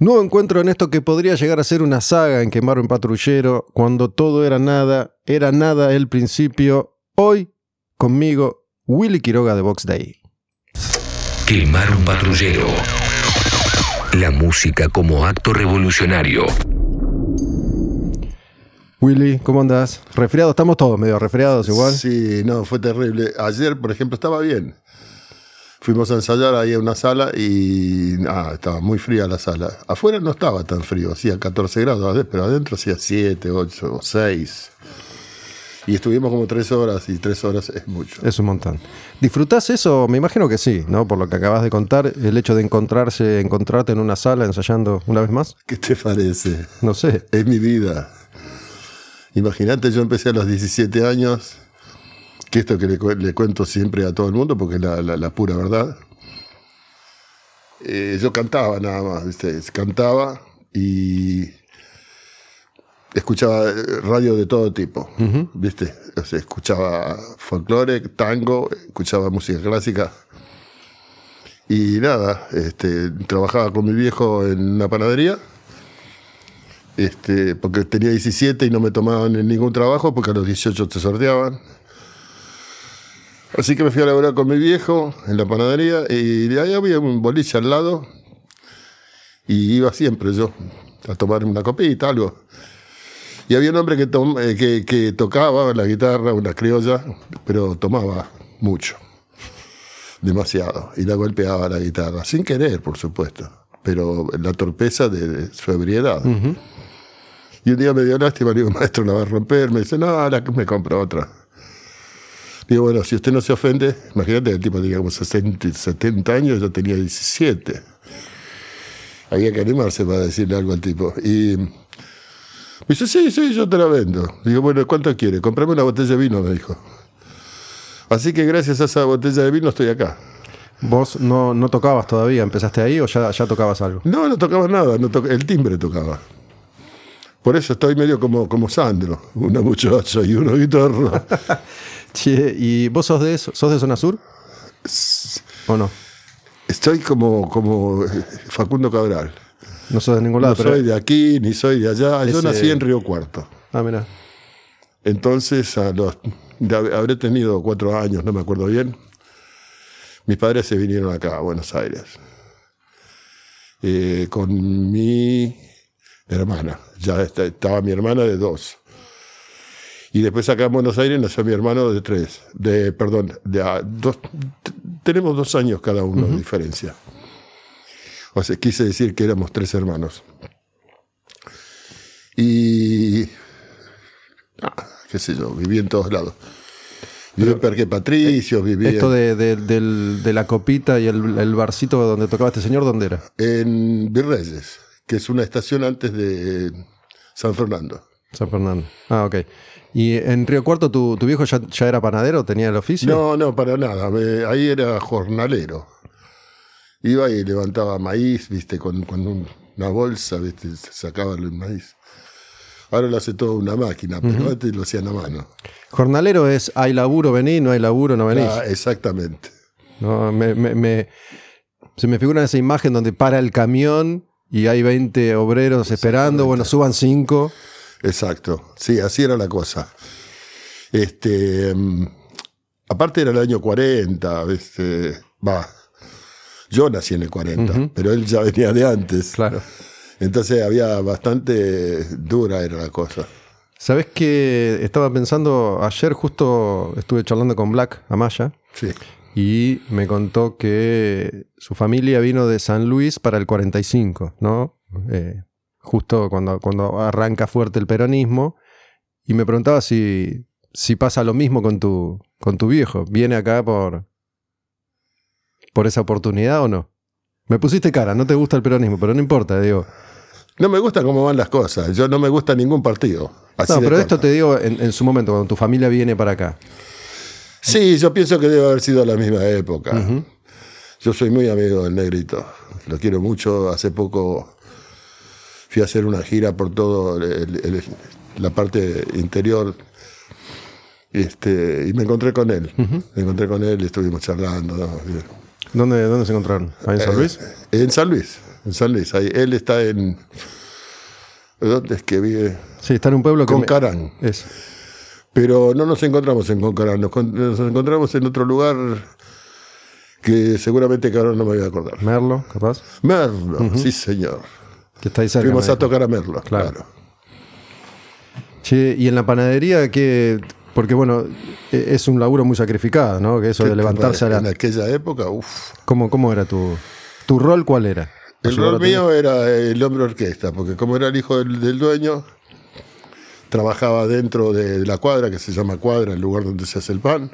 Nuevo encuentro en esto que podría llegar a ser una saga en Quemar un Patrullero, cuando todo era nada el principio. Hoy, conmigo, Willy Quiroga de Box Day. Quemar un Patrullero. La música como acto revolucionario. Willy, ¿cómo andás? ¿Resfriado? Estamos todos medio resfriados igual. Sí, no, fue terrible. Ayer, por ejemplo, estaba bien. Fuimos a ensayar ahí en una sala y estaba muy fría la sala. Afuera no estaba tan frío, hacía 14 grados, pero adentro hacía 7, 8 o 6. Y estuvimos como 3 horas, y 3 horas es mucho. Es un montón. ¿Disfrutás eso? Me imagino que sí, ¿no? Por lo que acabas de contar, el hecho de encontrarte en una sala ensayando una vez más. ¿Qué te parece? No sé. Es mi vida. Imagínate, yo empecé a los 17 años, que esto que le cuento siempre a todo el mundo, porque es la pura verdad. Yo cantaba nada más, ¿viste? Cantaba y escuchaba radio de todo tipo, ¿viste? O sea, escuchaba folclore, tango, escuchaba música clásica. Y nada, trabajaba con mi viejo en una panadería. Porque tenía 17 y no me tomaban en ningún trabajo porque a los 18 te sorteaban. Así que me fui a laburar con mi viejo en la panadería y de ahí había un boliche al lado y iba siempre yo a tomarme una copita, algo. Y había un hombre que tocaba la guitarra, una criolla, pero tomaba mucho, demasiado, y la golpeaba la guitarra, sin querer, por supuesto, pero la torpeza de su ebriedad. Uh-huh. Y un día me dio lástima, le digo, maestro, la va a romper. Me dice, no, me compro otra. Digo, bueno, si usted no se ofende, imagínate que el tipo tenía como 70 años, yo tenía 17. Había que animarse para decirle algo al tipo. Y me dice, sí, yo te la vendo. Digo, bueno, ¿cuánto quiere? Comprame una botella de vino, me dijo. Así que gracias a esa botella de vino estoy acá. ¿Vos no tocabas todavía? ¿Empezaste ahí o ya tocabas algo? No tocaba nada, el timbre tocaba. Por eso estoy medio como Sandro, una muchacha y una guitarra. Che, ¿y vos sos de zona sur? ¿O no? Estoy como Facundo Cabral. No sos de ningún lado. No soy de aquí, ni soy de allá. Yo nací en Río Cuarto. Ah, mira. Entonces, habré tenido 4 años, no me acuerdo bien. Mis padres se vinieron acá a Buenos Aires. Con mi hermana. Ya estaba mi hermana de 2. Y después acá en Buenos Aires nació mi hermano de 3. Tenemos 2 años cada uno de diferencia. O sea, quise decir que éramos 3 hermanos. Y qué sé yo, viví en todos lados. Viví en Parque Patricios, viví esto de la copita y el barcito donde tocaba este señor, ¿dónde era? En Virreyes, que es una estación antes de San Fernando. San Fernando. Ah, ok. ¿Y en Río Cuarto tu viejo ya era panadero? ¿Tenía el oficio? No, para nada. Ahí era jornalero. Iba y levantaba maíz, ¿viste? Con una bolsa, ¿viste? Sacaba el maíz. Ahora lo hace todo una máquina, pero antes lo hacían a mano. Jornalero es, hay laburo, vení, no hay laburo, no venís. Exactamente. No, se me figura esa imagen donde para el camión y hay 20 obreros esperando, bueno, suban 5. Exacto, sí, así era la cosa. Aparte era el año 40, yo nací en el 40, pero él ya venía de antes. Claro. Entonces había bastante dura era la cosa. ¿Sabés qué? Estaba pensando, ayer justo estuve charlando con Black Amaya. Sí. Y me contó que su familia vino de San Luis para el 45, ¿no? Justo cuando arranca fuerte el peronismo. Y me preguntaba si pasa lo mismo con tu viejo. ¿Viene acá por esa oportunidad o no? Me pusiste cara, no te gusta el peronismo, pero no importa, digo. No me gusta cómo van las cosas. Yo no me gusta ningún partido. No, pero esto te digo en su momento, cuando tu familia viene para acá. Sí, yo pienso que debe haber sido la misma época. Yo soy muy amigo del Negrito. Lo quiero mucho. Hace poco fui a hacer una gira por todo la parte interior. Y me encontré con él. Me encontré con él y estuvimos charlando, ¿no? ¿Dónde se encontraron? ¿Ahí en San Luis? En San Luis. en San Luis. Ahí, él está en... ¿Dónde es que vive? Sí, está en un pueblo que... Concarán. Eso. Pero no nos encontramos en Concarán, nos encontramos en otro lugar que seguramente que ahora no me voy a acordar. Merlo, capaz. Merlo, sí señor. Que está ahí cerca. Fuimos a tocar a Merlo, claro. Che, y en la panadería, ¿qué...? Porque bueno, es un laburo muy sacrificado, ¿no? Que eso de levantarse a la... En aquella época, uff. ¿Cómo era tu rol? ¿Cuál era? El rol mío era el hombre orquesta, porque como era el hijo del dueño, trabajaba dentro de la cuadra, que se llama cuadra, el lugar donde se hace el pan.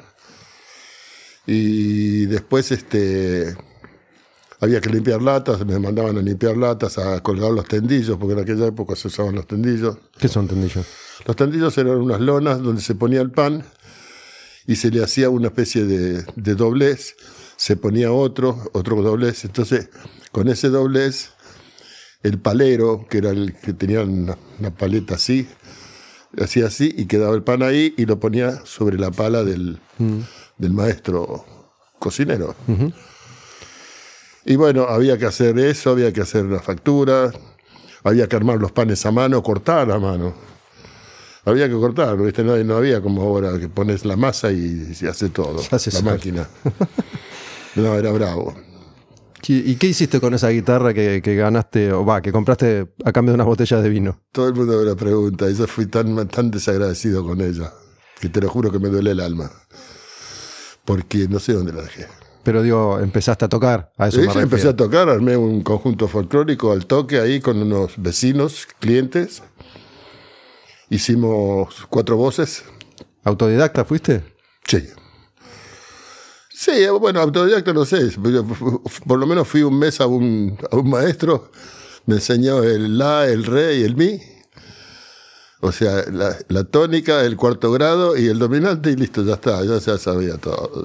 Y después había que limpiar latas, me mandaban a limpiar latas, a colgar los tendillos, porque en aquella época se usaban los tendillos. ¿Qué son tendillos? Los tendillos eran unas lonas donde se ponía el pan y se le hacía una especie de doblez, se ponía otro doblez. Entonces, con ese doblez, el palero, que era el que tenía una paleta así, hacía así y quedaba el pan ahí y lo ponía sobre la pala del maestro cocinero. Uh-huh. Y bueno, había que hacer eso, había que hacer la factura, había que armar los panes a mano, cortar a mano. Había que cortar, ¿viste? No había como ahora que pones la masa y se hace todo, la máquina. No, era bravo. ¿Y qué hiciste con esa guitarra que ganaste, que compraste a cambio de unas botellas de vino? Todo el mundo me la pregunta, y yo fui tan desagradecido con ella, que te lo juro que me duele el alma. Porque no sé dónde la dejé. Pero digo, empezaste a tocar, a eso sí, me refiero. Empecé a tocar, armé un conjunto folclórico al toque ahí con unos vecinos, clientes. Hicimos 4 voces. ¿Autodidacta fuiste? Sí. Sí, bueno, autodidacta no sé. Por lo menos fui un mes a un maestro. Me enseñó el la, el re y el mi. O sea, la tónica, el cuarto grado y el dominante y listo, ya está. Ya sabía todo.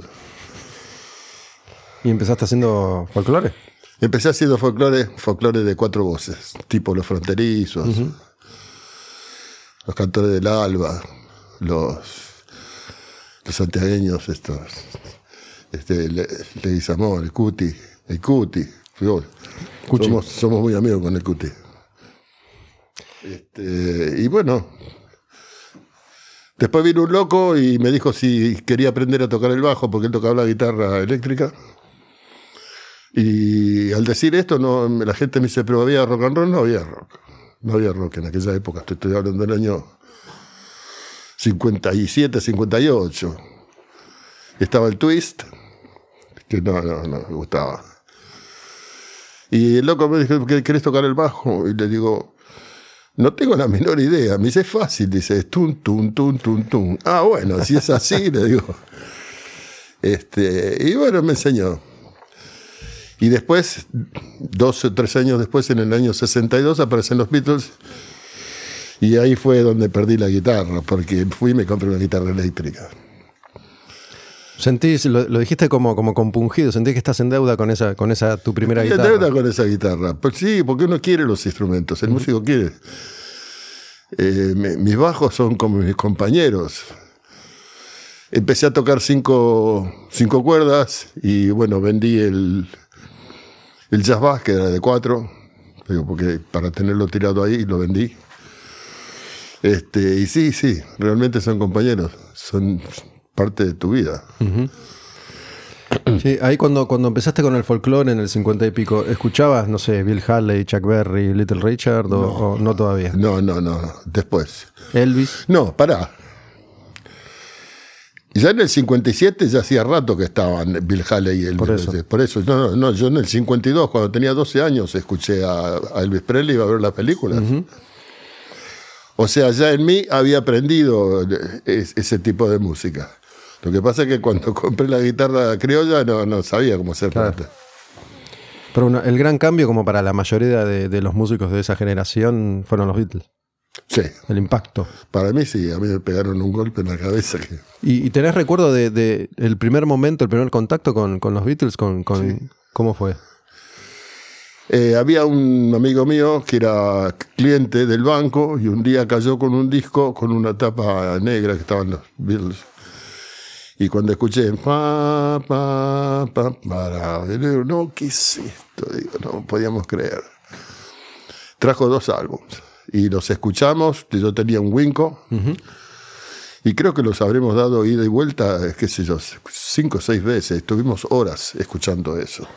¿Y empezaste haciendo folclore? Empecé haciendo folclore de 4 voces. Tipo Los Fronterizos. Uh-huh. Los Cantores del Alba, los santiagueños estos, Leguizamón, el Cuti. Somos muy amigos con el Cuti. Y bueno, después vino un loco y me dijo si quería aprender a tocar el bajo, porque él tocaba la guitarra eléctrica. Y al decir esto, la gente me dice, pero ¿había rock and roll? No había rock. No había rock en aquella época, estoy hablando del año 57, 58. Estaba el twist, que no me gustaba. Y el loco me dijo, ¿querés tocar el bajo? Y le digo, no tengo la menor idea. Me dice, es fácil, dice, es tum, tum, tum, tum, tum. Ah, bueno, si es así, le digo. Y bueno, me enseñó. Y después, 2 o 3 años después, en el año 62, aparecen los Beatles. Y ahí fue donde perdí la guitarra, porque fui y me compré una guitarra eléctrica. ¿Sentís, lo dijiste como compungido, sentís que estás en deuda con esa tu primera guitarra? En deuda con esa guitarra. Pues sí, porque uno quiere los instrumentos, el músico quiere. Mis bajos son como mis compañeros. Empecé a tocar 5 cuerdas y bueno, vendí el jazz bass, que era de 4, porque para tenerlo tirado ahí lo vendí. Y sí, realmente son compañeros, son parte de tu vida. Uh-huh. Sí, ahí cuando empezaste con el folclore en el 50 y pico, ¿escuchabas, no sé, Bill Haley, Chuck Berry, Little Richard o no todavía? No, después. ¿Elvis? No, pará. Ya en el 57 ya hacía rato que estaban Bill Haley y Elvis. Por eso. No, yo en el 52, cuando tenía 12 años, escuché a Elvis Presley y iba a ver las películas. Uh-huh. O sea, ya en mí había aprendido ese tipo de música. Lo que pasa es que cuando compré la guitarra criolla no sabía cómo hacer plata. Pero el gran cambio, como para la mayoría de los músicos de esa generación, fueron los Beatles. Sí. El impacto. Para mí sí, a mí me pegaron un golpe en la cabeza. ¿Y tenés recuerdo de el primer momento, el primer contacto con los Beatles? Sí. ¿Cómo fue? Había un amigo mío que era cliente del banco y un día cayó con un disco con una tapa negra que estaban los Beatles. Y cuando escuché no, ¿qué es esto? Digo, no podíamos creer. trajo 2 álbumes. Y los escuchamos, yo tenía un Winco, y creo que los habremos dado ida y vuelta, qué sé yo, 5 o 6 veces. Estuvimos horas escuchando eso.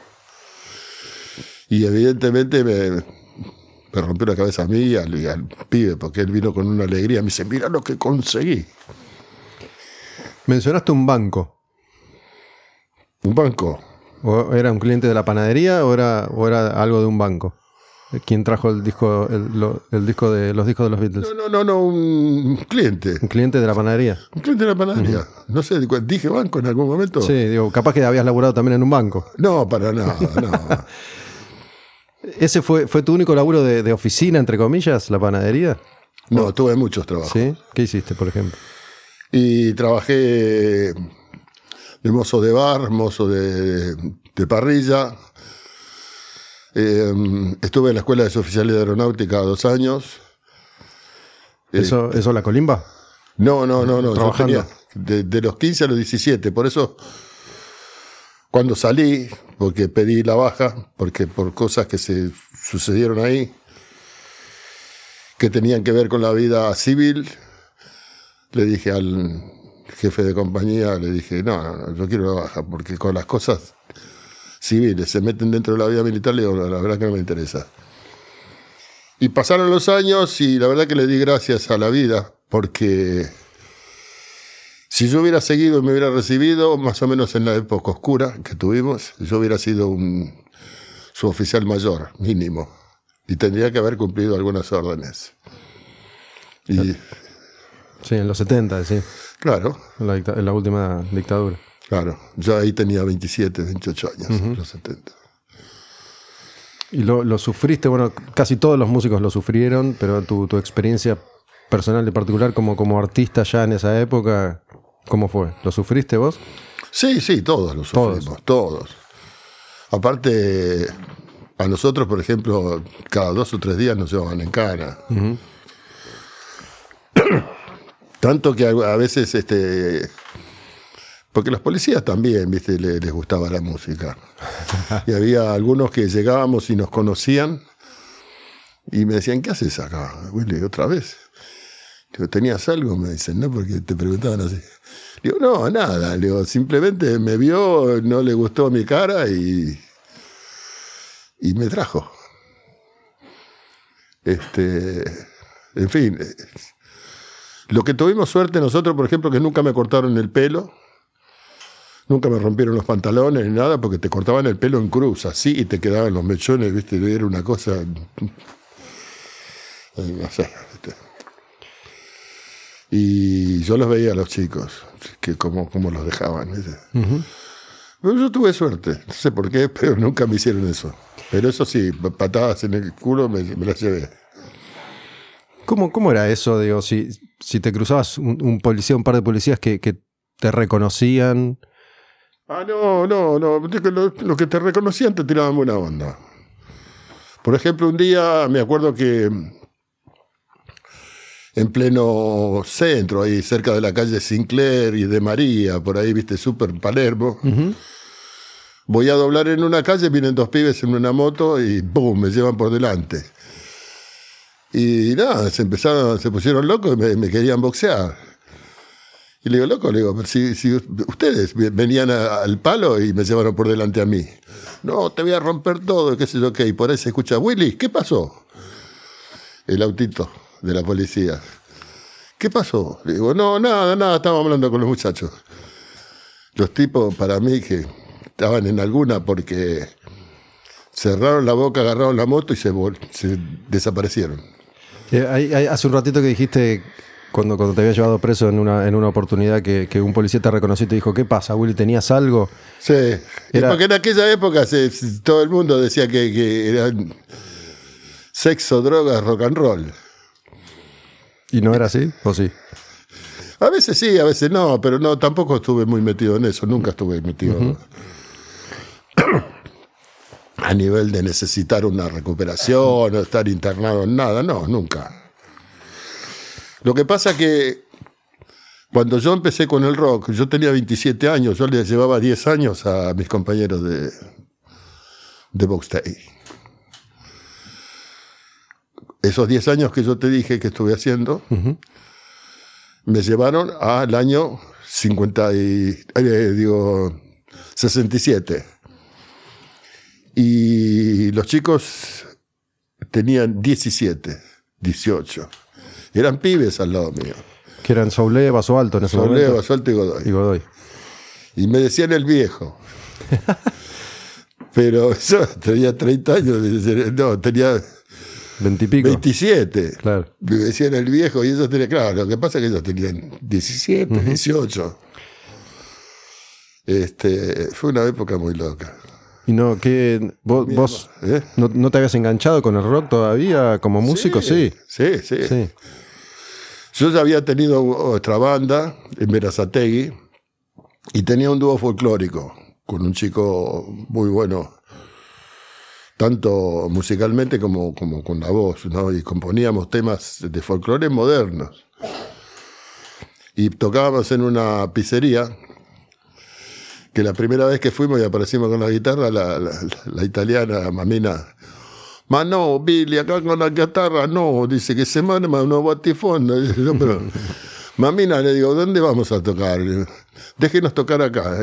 Y evidentemente me rompió la cabeza a mí y al pibe, porque él vino con una alegría. Me dice, mira lo que conseguí. Mencionaste un banco. ¿Un banco? ¿O era un cliente de la panadería o era algo de un banco? ¿Quién trajo el disco, los discos de los Beatles? No, un cliente. ¿Un cliente de la panadería? Un cliente de la panadería. No sé, dije banco en algún momento. Sí, digo, capaz que habías laburado también en un banco. No, para nada, no. ¿Ese fue tu único laburo de oficina, entre comillas, la panadería? No, tuve muchos trabajos. ¿Sí? ¿Qué hiciste, por ejemplo? Y trabajé de mozo de bar, mozo de parrilla. Estuve en la Escuela de Suboficiales de Aeronáutica 2 años. ¿Eso la colimba? No. Trabajando. Yo tenía de los 15 a los 17. Por eso, cuando salí, porque pedí la baja, porque por cosas que se sucedieron ahí, que tenían que ver con la vida civil, le dije al jefe de compañía, le dije, no, yo quiero la baja, porque con las cosas civiles se meten dentro de la vida militar, le digo, la verdad que no me interesa. Y pasaron los años y la verdad que le di gracias a la vida, porque si yo hubiera seguido y me hubiera recibido, más o menos en la época oscura que tuvimos, yo hubiera sido un suboficial mayor, mínimo, y tendría que haber cumplido algunas órdenes. Y, sí, en los 70, sí. Claro. En la última dictadura. Claro, yo ahí tenía 27, 28 años, en los 70. Y lo sufriste, bueno, casi todos los músicos lo sufrieron, pero tu experiencia personal y particular como artista ya en esa época, ¿cómo fue? ¿Lo sufriste vos? Sí, todos lo sufrimos, todos. Aparte, a nosotros, por ejemplo, cada 2 o 3 días nos llevaban en cana. Tanto que a veces, porque los policías también, viste, les gustaba la música. Y había algunos que llegábamos y nos conocían y me decían, ¿qué haces acá, Willy, otra vez? Digo, ¿tenías algo? Me dicen, no, porque te preguntaban así. Digo, no, nada. Digo, simplemente me vio, no le gustó mi cara y me trajo. En fin, lo que tuvimos suerte nosotros, por ejemplo, que nunca me cortaron el pelo, nunca me rompieron los pantalones ni nada, porque te cortaban el pelo en cruz, así, y te quedaban los mechones, ¿viste? Era una cosa... No sé, ¿viste? Y yo los veía a los chicos, que como los dejaban, ¿viste? Pero yo tuve suerte, no sé por qué, pero nunca me hicieron eso. Pero eso sí, patadas en el culo me las llevé. ¿Cómo era eso? Digo, si te cruzabas un policía, un par de policías que te reconocían... No. Los que te reconocían te tiraban buena onda. Por ejemplo, un día me acuerdo que en pleno centro, ahí cerca de la calle Sinclair y de María, por ahí, viste, súper Palermo, voy a doblar en una calle, vienen 2 pibes en una moto y ¡pum!, me llevan por delante. Y nada, se pusieron locos y me querían boxear. Y le digo, pero si ustedes venían al palo y me llevaron por delante a mí. No, te voy a romper todo, qué sé yo qué. Y por ahí se escucha, Willy, ¿qué pasó? El autito de la policía. ¿Qué pasó? Le digo, no, nada, estábamos hablando con los muchachos. Los tipos, para mí, que estaban en alguna porque cerraron la boca, agarraron la moto y se desaparecieron. Hace un ratito que dijiste, cuando te había llevado preso en una oportunidad, que un policía te reconoció y te dijo, ¿qué pasa, Willy? ¿Tenías algo? Sí, porque en aquella época todo el mundo decía que eran sexo, drogas, rock and roll. ¿Y no era así? ¿O sí? A veces sí, a veces no, pero no, tampoco estuve muy metido en eso, nunca estuve metido a nivel de necesitar una recuperación o estar internado en nada, no, nunca. Lo que pasa que cuando yo empecé con el rock, yo tenía 27 años, yo les llevaba 10 años a mis compañeros de Box Day. esos 10 años que yo te dije que estuve haciendo, me llevaron al año 67. Y los chicos tenían 17, 18. Eran pibes al lado mío. Que eran Soule, Baso Alto en ese momento. Soule, Baso Alto y Godoy. Y me decían el viejo. Pero yo tenía 30 años. No, tenía 20 y pico. 27. Claro. Me decían el viejo y ellos tenían... Claro, lo que pasa es que ellos tenían 17, 18. Fue una época muy loca. ¿Y no, qué? ¿Vos no te habías enganchado con el rock todavía como músico? Sí. Sí. Yo ya había tenido otra banda en Berazategui y tenía un dúo folclórico con un chico muy bueno, tanto musicalmente como con la voz, ¿no? Y componíamos temas de folclore modernos. Y tocábamos en una pizzería, que la primera vez que fuimos y aparecimos con la guitarra, la italiana Mamina, ma no, Billy, acá con la guitarra no, dice que se manda unos batifondo. No, pero, Mamina, le digo, ¿dónde vamos a tocar? Déjenos tocar acá,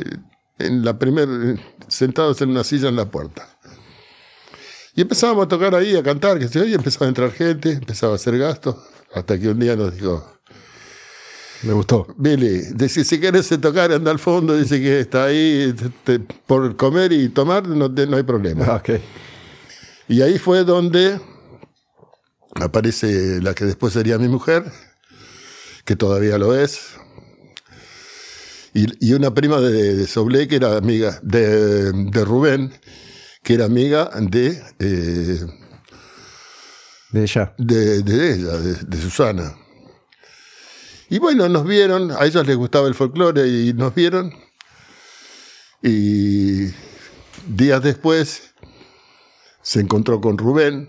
sentados en una silla en la puerta. Y empezábamos a tocar ahí, a cantar, y empezaba a entrar gente, empezaba a hacer gastos, hasta que un día nos dijo... Me gustó. Billy, dice, si querés tocar, anda al fondo, dice que está ahí, por comer y tomar no hay problema. Okay. Y ahí fue donde aparece la que después sería mi mujer, que todavía lo es, y una prima de Soule, que era amiga de Rubén, que era amiga de ella. De Susana. Y bueno, nos vieron, a ellos les gustaba el folclore y nos vieron. Y días después se encontró con Rubén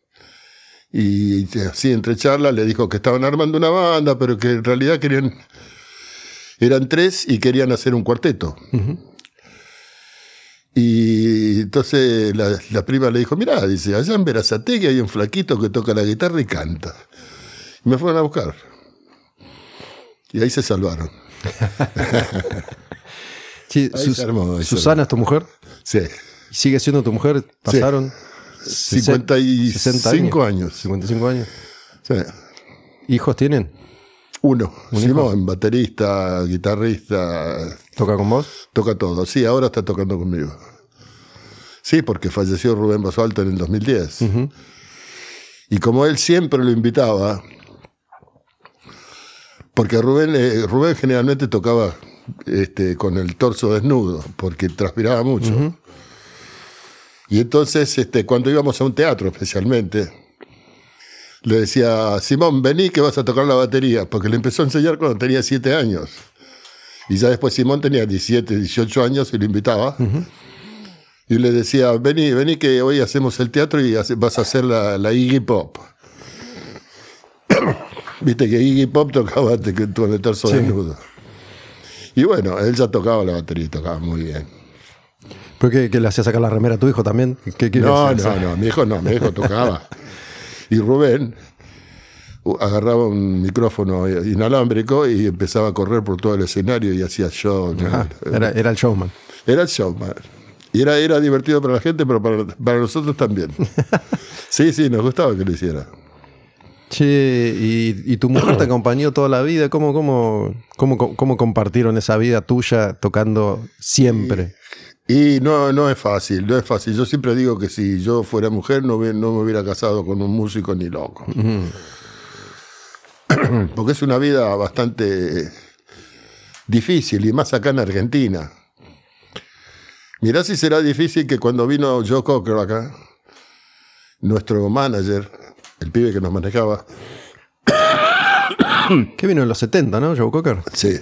y así entre charlas le dijo que estaban armando una banda, pero que en realidad eran 3 y querían hacer un cuarteto. Y entonces la prima le dijo, mirá, dice, allá en Berazategui hay un flaquito que toca la guitarra y canta. Y me fueron a buscar. Y ahí se salvaron. Sí, ¿Susana es tu mujer? Sí. ¿Sigue siendo tu mujer? ¿Pasaron? Sí. 55 años. 55 años. Sí. ¿Hijos tienen? Uno. Simón, hijo? Baterista, guitarrista. ¿Toca con vos? Toca todo. Sí, ahora está tocando conmigo. Sí, porque falleció Rubén Baso Alto en el 2010. Y como él siempre lo invitaba... Porque Rubén generalmente tocaba con el torso desnudo, porque transpiraba mucho. Y entonces, cuando íbamos a un teatro especialmente, le decía, Simón, vení que vas a tocar la batería, porque le empezó a enseñar cuando tenía 7 años. Y ya después Simón tenía 17, 18 años y lo invitaba. Y le decía, vení que hoy hacemos el teatro y vas a hacer la Iggy Pop. Viste que Iggy Pop tocaba con el torso desnudo. Y bueno, él ya tocaba la batería y tocaba muy bien. ¿Por qué le hacía sacar la remera a tu hijo también? No, mi hijo tocaba. Y Rubén agarraba un micrófono inalámbrico y empezaba a correr por todo el escenario y hacía show. Era el showman. Era el showman. Y era divertido para la gente, pero para nosotros también. Sí, nos gustaba que lo hiciera. Che, ¿y tu mujer te acompañó toda la vida? ¿Cómo compartieron esa vida tuya tocando siempre? Y no es fácil, no es fácil. Yo siempre digo que si yo fuera mujer no me hubiera casado con un músico ni loco. Porque es una vida bastante difícil, y más acá en Argentina. Mirá si será difícil que cuando vino Joe Cocker acá, nuestro manager, el pibe que nos manejaba. ¿Qué vino en los 70, no, Joe Cocker? Sí.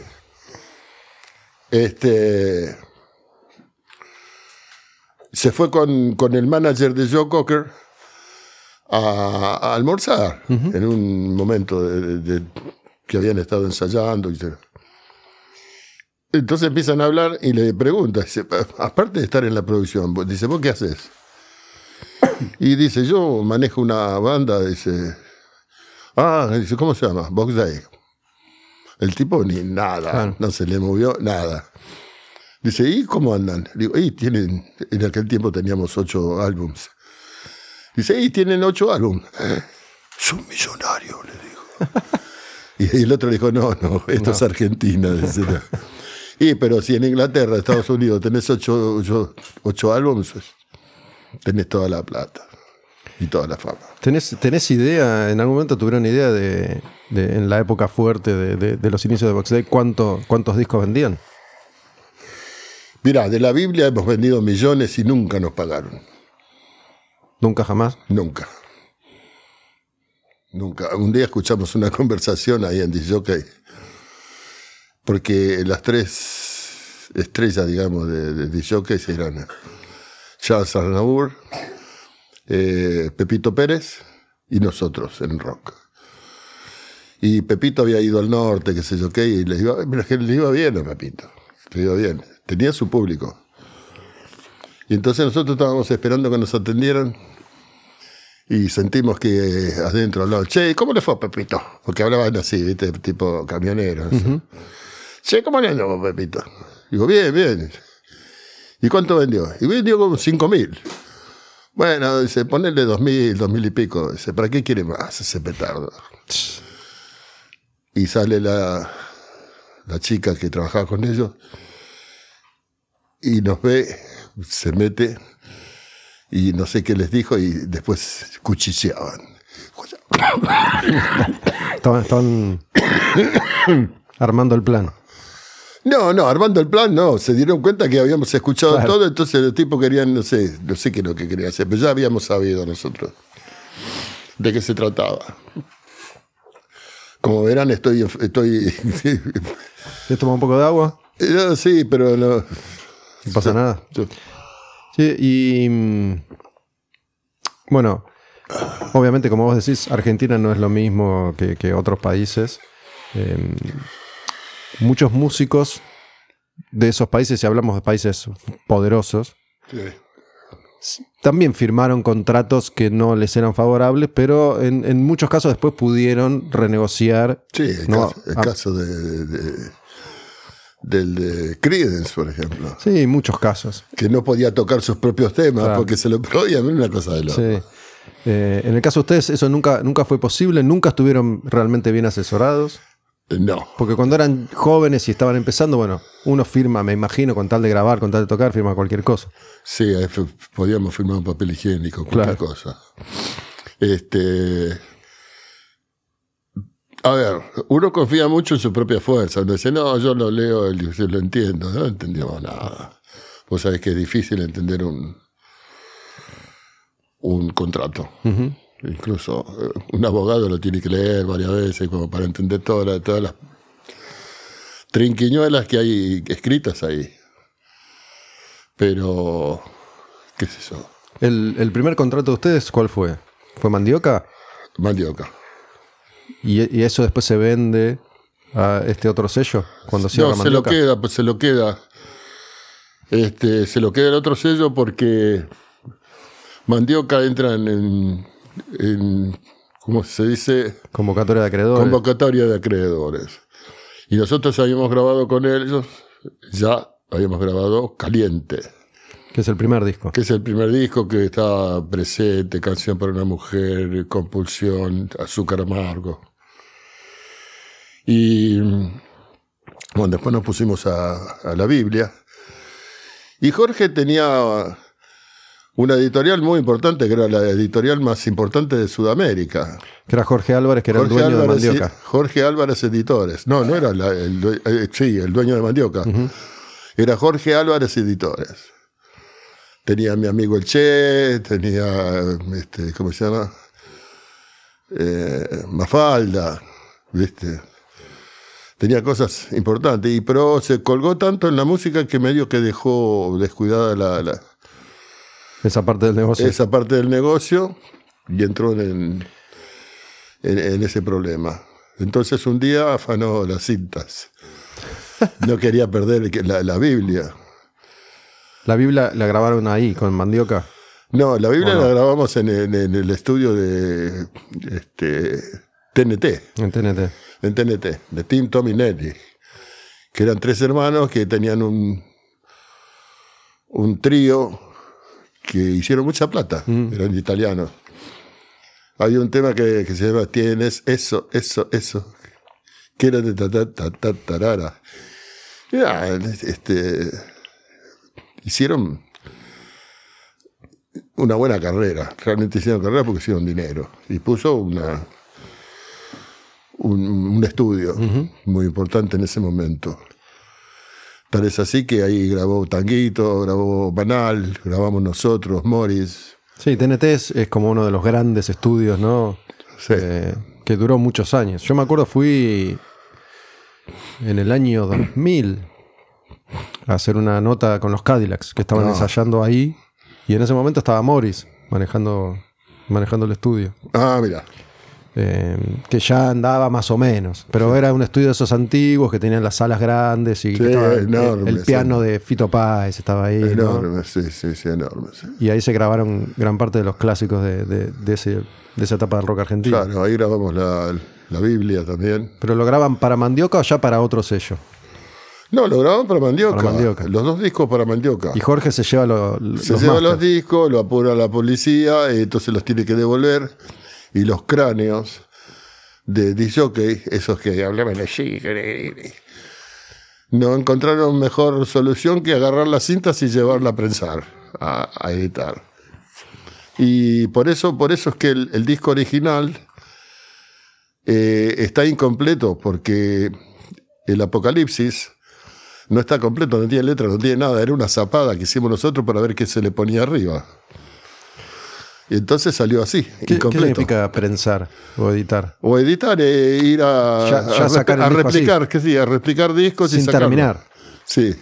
Se fue con el manager de Joe Cocker a almorzar en un momento que habían estado ensayando. Entonces empiezan a hablar y le preguntan, dice, aparte de estar en la producción, dice, ¿vos qué haces? Y dice, yo manejo una banda, dice, dice, ¿cómo se llama? Box Day. El tipo ni nada, claro. No se le movió nada. Dice, ¿y cómo andan? Digo, en aquel tiempo teníamos 8 álbums. Dice, tienen 8 álbums. Son millonarios, le dijo. Y el otro le dijo, no, esto es Argentina. Dice, no. Pero si en Inglaterra, Estados Unidos, tenés 8 álbums, tenés toda la plata y toda la fama. ¿Tenés idea, en algún momento tuvieron idea de en la época fuerte de los inicios de Box Day, cuántos discos vendían? Mirá, de la Biblia hemos vendido millones y nunca nos pagaron. ¿Nunca jamás? Nunca. Un día escuchamos una conversación ahí en DJ, porque las 3 estrellas, digamos, de DJ eran Charles Aznavour, Pepito Pérez y nosotros en rock. Y Pepito había ido al norte, qué sé yo qué, y le iba bien a Pepito. Le iba bien. Tenía su público. Y entonces nosotros estábamos esperando que nos atendieran y sentimos que adentro hablaban, che, ¿cómo le fue a Pepito? Porque hablaban así, ¿viste? Tipo camioneros. Uh-huh. Che, ¿cómo le andó a Pepito? Digo, bien. ¿Y cuánto vendió? Y vendió como 5.000. Bueno, dice, ponele 2.000 y pico. Dice, ¿para qué quiere más ese petardo? Y sale la chica que trabajaba con ellos y nos ve, se mete y no sé qué les dijo y después cuchicheaban. Estaban armando el plan. No, armando el plan no. Se dieron cuenta que habíamos escuchado todo, entonces los tipos querían, no sé qué es lo que querían hacer, pero ya habíamos sabido nosotros de qué se trataba. Como verán, estoy ¿Te tomas un poco de agua? Sí, pero no pasa nada. Sí, y bueno, obviamente, como vos decís, Argentina no es lo mismo que otros países. Muchos músicos de esos países, si hablamos de países poderosos, también firmaron contratos que no les eran favorables, pero en muchos casos después pudieron renegociar. Sí, el caso del de Creedence, por ejemplo. Sí, muchos casos. Que no podía tocar sus propios temas porque se lo prohibían, una cosa de loco. Sí. En el caso de ustedes eso nunca fue posible, nunca estuvieron realmente bien asesorados. No. Porque cuando eran jóvenes y estaban empezando, bueno, uno firma, me imagino, con tal de grabar, con tal de tocar, firma cualquier cosa. Sí, podíamos firmar un papel higiénico, cualquier cosa. A ver, uno confía mucho en su propia fuerza. Uno dice, no, yo lo leo y lo entiendo. No entendíamos nada. Vos sabés que es difícil entender un contrato. Uh-huh. Incluso un abogado lo tiene que leer varias veces como para entender todas las trinquiñuelas que hay escritas ahí. Pero, ¿qué es eso? ¿El primer contrato de ustedes cuál fue? ¿Fue Mandioca? Mandioca. ¿Y eso después se vende a este otro sello? Cuando cierra Mandioca. Se lo queda el otro sello porque Mandioca entra en ¿cómo se dice? Convocatoria de acreedores. Convocatoria de acreedores. Y nosotros habíamos grabado con ellos, ya habíamos grabado Caliente. Que es el primer disco. Que es el primer disco que está presente, Canción para una mujer, Compulsión, Azúcar amargo. Y bueno, después nos pusimos a la Biblia. Y Jorge tenía una editorial muy importante, que era la editorial más importante de Sudamérica. Que era Jorge Álvarez, que era Jorge el dueño Álvarez, de Mandioca. Jorge Álvarez Editores. No era el dueño de Mandioca. Uh-huh. Era Jorge Álvarez Editores. Tenía a mi amigo el Che, tenía, ¿cómo se llama? Mafalda, ¿viste? Tenía cosas importantes, pero se colgó tanto en la música que medio que dejó descuidada esa parte del negocio. Esa parte del negocio y entró en ese problema. Entonces un día afanó las cintas. No quería perder la Biblia. ¿La Biblia la grabaron ahí, con Mandioca? No, la Biblia la grabamos en el estudio de TNT. En TNT. En TNT, de Tim, Tom y Nelly, que eran 3 hermanos que tenían un trío que hicieron mucha plata, eran italianos. Hay un tema que se llama Tienes eso, que era de tarara. Hicieron una buena carrera, realmente hicieron carrera porque hicieron dinero. Y puso un estudio muy importante en ese momento. Tal es así que ahí grabó Tanguito, grabó Banal, grabamos nosotros, Morris. Sí, TNT es como uno de los grandes estudios, ¿no? Sí. Que duró muchos años. Yo me acuerdo, fui en el año 2000 a hacer una nota con los Cadillacs, que estaban ensayando ahí, y en ese momento estaba Morris manejando el estudio. Ah, mira. Que ya andaba más o menos, pero era un estudio de esos antiguos que tenían las salas grandes y que estaba enorme, el piano de Fito Páez estaba ahí, enorme, ¿no? sí, enorme. Sí. Y ahí se grabaron gran parte de los clásicos de esa etapa del rock argentino. Claro, ahí grabamos la Biblia también. ¿Pero lo graban para Mandioca o ya para otro sello? No, lo grababan para Mandioca. Para Mandioca. Los 2 discos para Mandioca. Y Jorge se lleva los discos, lo apura la policía, entonces los tiene que devolver. Y los cráneos de disc jockey, esos que hablaban así, no encontraron mejor solución que agarrar las cintas y llevarla a prensar, a editar. Y por eso es que el disco original está incompleto, porque el Apocalipsis no está completo, no tiene letra, no tiene nada. Era una zapada que hicimos nosotros para ver qué se le ponía arriba. Y entonces salió así, incompleto. ¿Qué significa prensar o editar? O editar, ir a replicar, a replicar discos sin y sacarlo. Terminar. Sí.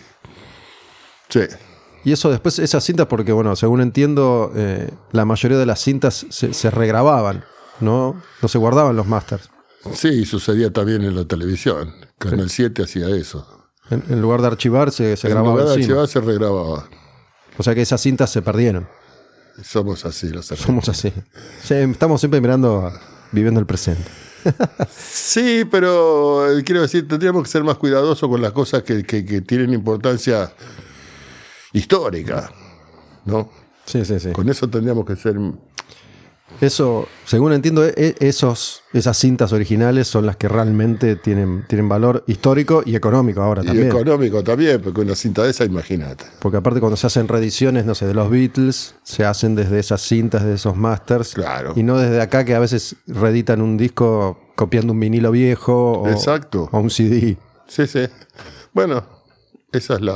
Y eso después, esas cintas, porque bueno, según entiendo, la mayoría de las cintas se regrababan, ¿no? No se guardaban los masters. Sí, sucedía también en la televisión. Canal 7 hacía eso. En lugar de archivar, se grababa. En lugar de archivar, se regrababa. O sea que esas cintas se perdieron. Somos así los argentinos. Somos así. Sí, estamos siempre viviendo el presente. Sí, pero quiero decir, tendríamos que ser más cuidadosos con las cosas que tienen importancia histórica, ¿no? Sí. Con eso tendríamos que ser... Eso, según entiendo, esas cintas originales son las que realmente tienen valor histórico y económico ahora también. Y económico también, porque una cinta de esa, imagínate. Porque aparte cuando se hacen reediciones, no sé, de los Beatles, se hacen desde esas cintas, de esos masters. Claro. Y no desde acá, que a veces reeditan un disco copiando un vinilo viejo Exacto. O un CD. Sí. Bueno, esa es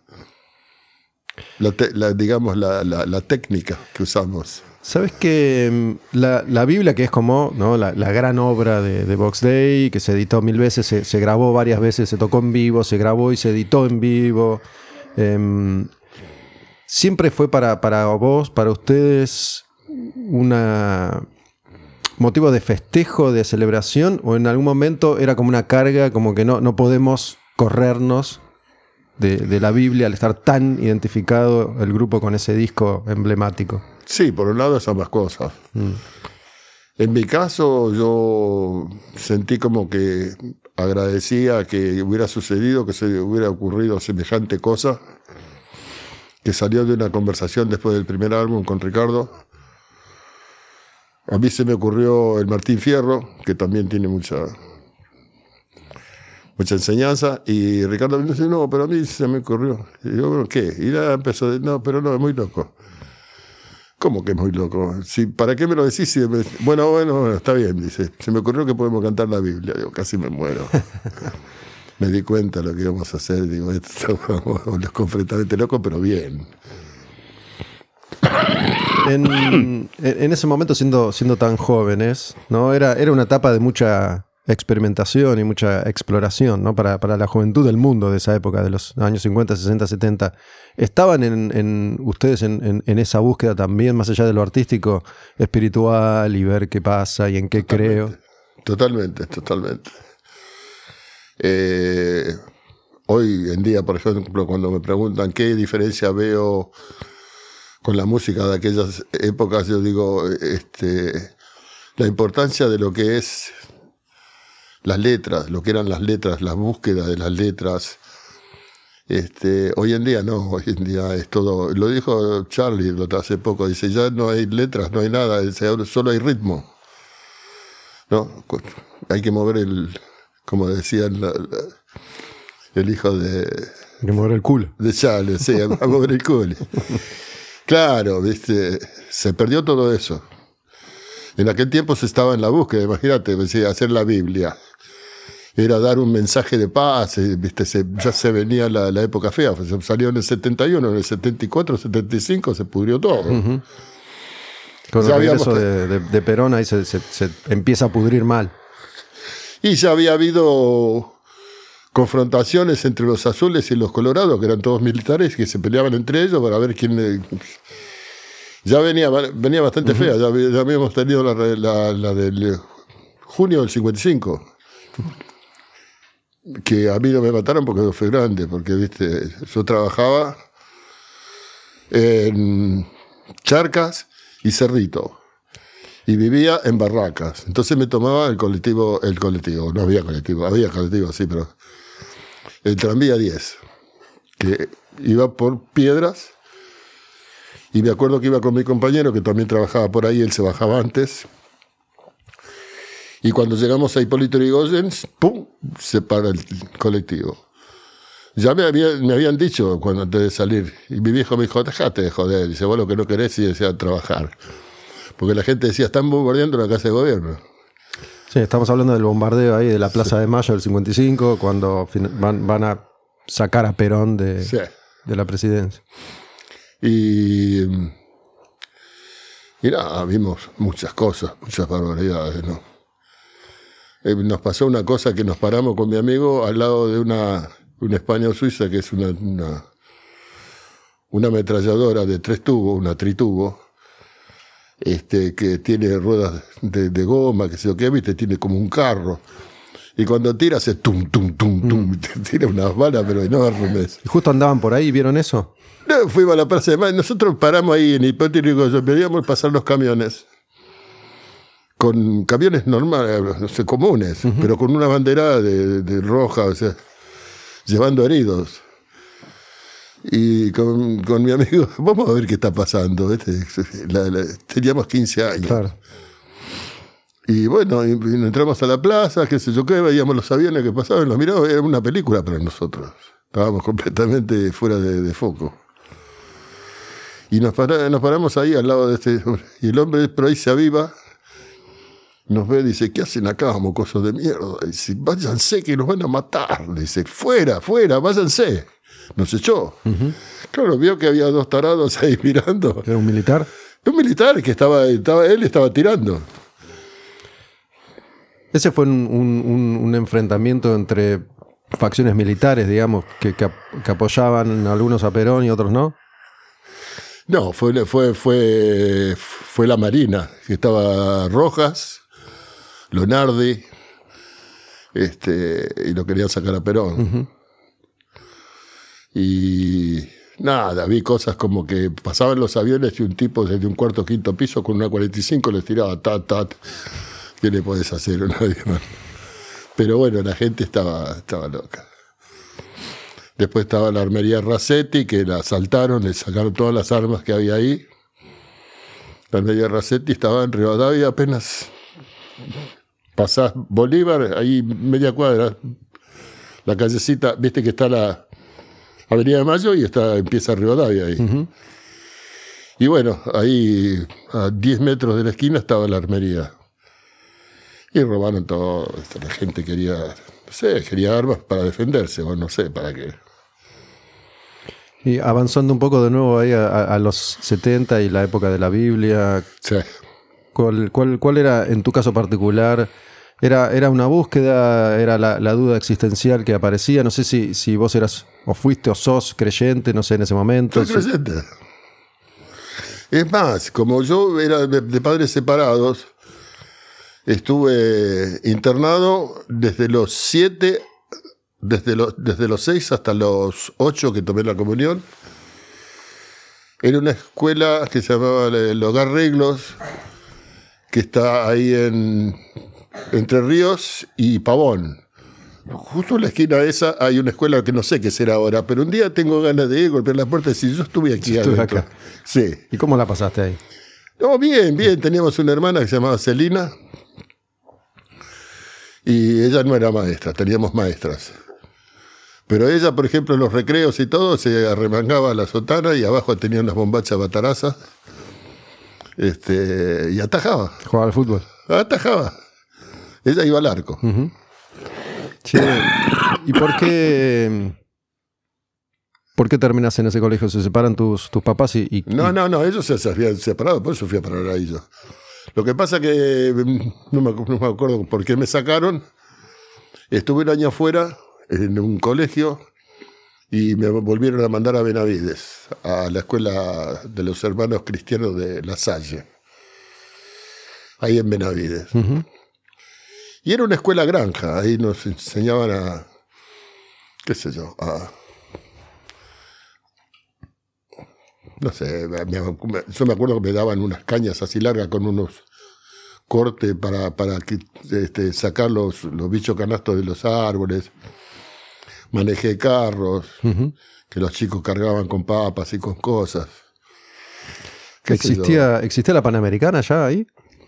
la técnica que usamos. ¿Sabes que la Biblia, que es como, ¿no?, la gran obra de Box Day, que se editó 1000 veces, se grabó varias veces, se tocó en vivo, se grabó y se editó en vivo, siempre fue para vos, para ustedes, una motivo de festejo, de celebración, o en algún momento era como una carga, como que no podemos corrernos de la Biblia al estar tan identificado el grupo con ese disco emblemático? Sí, por un lado es ambas cosas. En mi caso, yo sentí como que agradecía que hubiera sucedido, que se hubiera ocurrido semejante cosa, que salió de una conversación después del primer álbum con Ricardo. A mí se me ocurrió el Martín Fierro, que también tiene mucha enseñanza, y Ricardo me dice, no, pero a mí se me ocurrió. Y yo, bueno, ¿qué? Y ya empezó, no, pero no, es muy loco. ¿Cómo que es muy loco? ¿Para qué me lo decís? Bueno, está bien, dice. Se me ocurrió que podemos cantar la Biblia. Digo, casi me muero. Me di cuenta de lo que íbamos a hacer. Digo, estamos completamente locos, pero bien. En ese momento, siendo tan jóvenes, ¿no? Era una etapa de mucha experimentación y mucha exploración, ¿no? Para la juventud del mundo de esa época, de los años 50, 60, 70. ¿Estaban ustedes en esa búsqueda también, más allá de lo artístico, espiritual, y ver qué pasa y en qué creo? Totalmente. Hoy en día, por ejemplo, cuando me preguntan qué diferencia veo con la música de aquellas épocas, yo digo, la importancia de lo que es las letras, lo que eran las letras, la búsqueda de las letras. Hoy en día no, hoy en día es todo, lo dijo Charlie hace poco, dice, ya no hay letras, no hay nada, solo hay ritmo. ¿No? Hay que mover como decían el hijo de... Hay que mover el culo. De Charlie, sí, a mover el culo. Claro, ¿viste? Se perdió todo eso. En aquel tiempo se estaba en la búsqueda, imagínate, decía, hacer la Biblia. Era dar un mensaje de paz, ¿viste? Ya se venía la época fea, salió en el 71, en el 74, 75 se pudrió todo. Uh-huh. Con el regreso de Perón ahí se empieza a pudrir mal. Y ya había habido confrontaciones entre los azules y los colorados, que eran todos militares, que se peleaban entre ellos para ver quién... Ya venía bastante fea, ya habíamos tenido la del junio del 55. Que a mí no me mataron porque fue grande, porque viste, yo trabajaba en Charcas y Cerrito y vivía en Barracas, entonces me tomaba el colectivo, no había colectivo sí, pero el tranvía 10 que iba por Piedras, y me acuerdo que iba con mi compañero que también trabajaba por ahí, él se bajaba antes. Y cuando llegamos a Hipólito Yrigoyen, ¡pum!, se para el colectivo. Ya me habían dicho cuando antes de salir, y mi viejo me dijo, dejate de joder, dice, vos lo que no querés es ir a trabajar. Porque la gente decía, están bombardeando la casa de gobierno. Sí, estamos hablando del bombardeo ahí de la Plaza de Mayo del 55, cuando van a sacar a Perón de la presidencia. Y nada, vimos muchas cosas, muchas barbaridades, ¿no? Nos pasó una cosa que nos paramos con mi amigo al lado de una España Suiza, que es una ametralladora de 3 tubos, una tritubo, que tiene ruedas de goma, que sé yo qué, viste, tiene como un carro. Y cuando tira hace tum, tum, tum, tum, te tira unas balas, pero enormes. ¿Y justo andaban por ahí y vieron eso? No, fuimos a la Plaza de Mayo. Nosotros paramos ahí en Hipólito Yrigoyen, veíamos pasar los camiones. Con camiones normales, no sé, comunes, pero con una bandera de roja, o sea, llevando heridos. Y con mi amigo, vamos a ver qué está pasando, ¿viste? Teníamos 15 años. Claro. Y bueno, y entramos a la plaza, qué sé yo qué, veíamos los aviones que pasaban, los mirábamos, era una película para nosotros. Estábamos completamente fuera de foco. Y nos paramos ahí al lado de este hombre. Y el hombre por ahí se aviva, nos ve y dice, ¿qué hacen acá, mocosos de mierda? Y dice, váyanse que nos van a matar. Le dice, fuera, váyanse. Nos echó. Uh-huh. Claro, vio que había 2 tarados ahí mirando. ¿Era un militar? Un militar que él estaba tirando. Ese fue un enfrentamiento entre facciones militares, digamos, que apoyaban algunos a Perón y otros no. No, fue la Marina, que estaba Rojas, Lonardi, y lo querían sacar a Perón. Uh-huh. Y nada, vi cosas como que pasaban los aviones y un tipo desde un 4º o 5º piso con una 45 les tiraba tat. ¿Qué le podés hacer a nadie más? Pero bueno, la gente estaba loca. Después estaba la armería Racetti, que la asaltaron, le sacaron todas las armas que había ahí. La armería Racetti estaba en Rivadavia, apenas pasás Bolívar, ahí media cuadra. La callecita, viste que está la Avenida de Mayo y empieza Rivadavia ahí. Uh-huh. Y bueno, ahí a 10 metros de la esquina estaba la armería. Y robaron todo. La gente quería armas para defenderse, o no sé para qué. Y avanzando un poco de nuevo ahí a los 70 y la época de la Biblia. Sí. ¿Cuál era, en tu caso particular, era una búsqueda, era la duda existencial que aparecía? No sé si vos eras, o fuiste, o sos creyente, no sé, en ese momento. Soy creyente. Es más, como yo era de padres separados, estuve internado desde los 7, desde los 6 hasta los 8 que tomé la comunión. Era una escuela que se llamaba el Hogar Reglos, que está ahí entre Ríos y Pavón. Justo en la esquina esa hay una escuela que no sé qué será ahora, pero un día tengo ganas de ir, golpear la puerta y decir, yo estuve aquí adentro. Acá. Sí. ¿Y cómo la pasaste ahí? No, bien. Teníamos una hermana que se llamaba Celina y ella no era maestra, teníamos maestras. Pero ella, por ejemplo, en los recreos y todo, se arremangaba la sotana y abajo tenía unas bombachas batarazas y atajaba. ¿Jugaba al fútbol? Atajaba. Ella iba al arco. Uh-huh. Che, ¿y por qué terminas en ese colegio? ¿Se separan tus papás y... No, ellos se habían separado, por eso fui a parar ahí yo. Lo que pasa que no me acuerdo por qué me sacaron. Estuve un año afuera en un colegio y me volvieron a mandar a Benavides, a la escuela de los hermanos cristianos de La Salle, ahí en Benavides. Uh-huh. Y era una escuela granja, ahí nos enseñaban a, qué sé yo, no sé, yo me acuerdo que me daban unas cañas así largas con unos cortes para sacar los bichos canastos de los árboles. Manejé carros, uh-huh, que los chicos cargaban con papas y con cosas. ¿Existía la Panamericana ya ahí?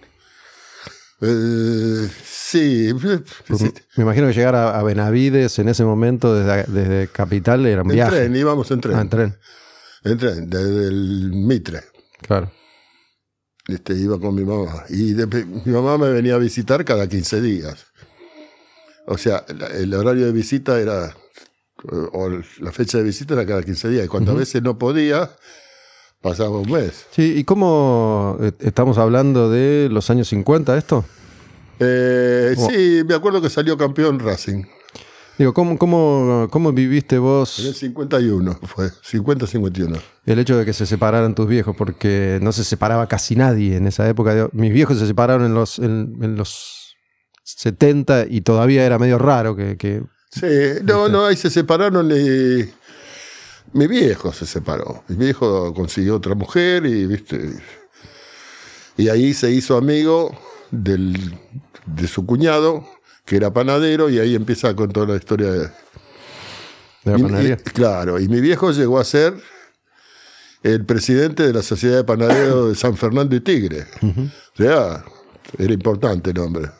Sí. Me imagino que llegar a Benavides en ese momento desde Capital era un viaje. Íbamos en tren. En tren. En tren, desde el Mitre. Claro. Iba con mi mamá. Y mi mamá me venía a visitar cada 15 días. O sea, el horario de visita era... o la fecha de visita era cada 15 días. Y cuando, uh-huh, a veces no podía, pasaba un mes. Sí, ¿y cómo estamos hablando de los años 50 esto? Sí, me acuerdo que salió campeón Racing. Digo, ¿cómo viviste vos? En el 51, fue 50-51. El hecho de que se separaran tus viejos, porque no se separaba casi nadie en esa época. Mis viejos se separaron en los 70 y todavía era medio raro que sí, no, ahí se separaron y mi viejo se separó. Mi viejo consiguió otra mujer y ahí se hizo amigo de su cuñado, que era panadero, y ahí empieza con toda la historia de la panadería. Claro, y mi viejo llegó a ser el presidente de la Sociedad de Panaderos de San Fernando y Tigre. Uh-huh. O sea, era importante el hombre.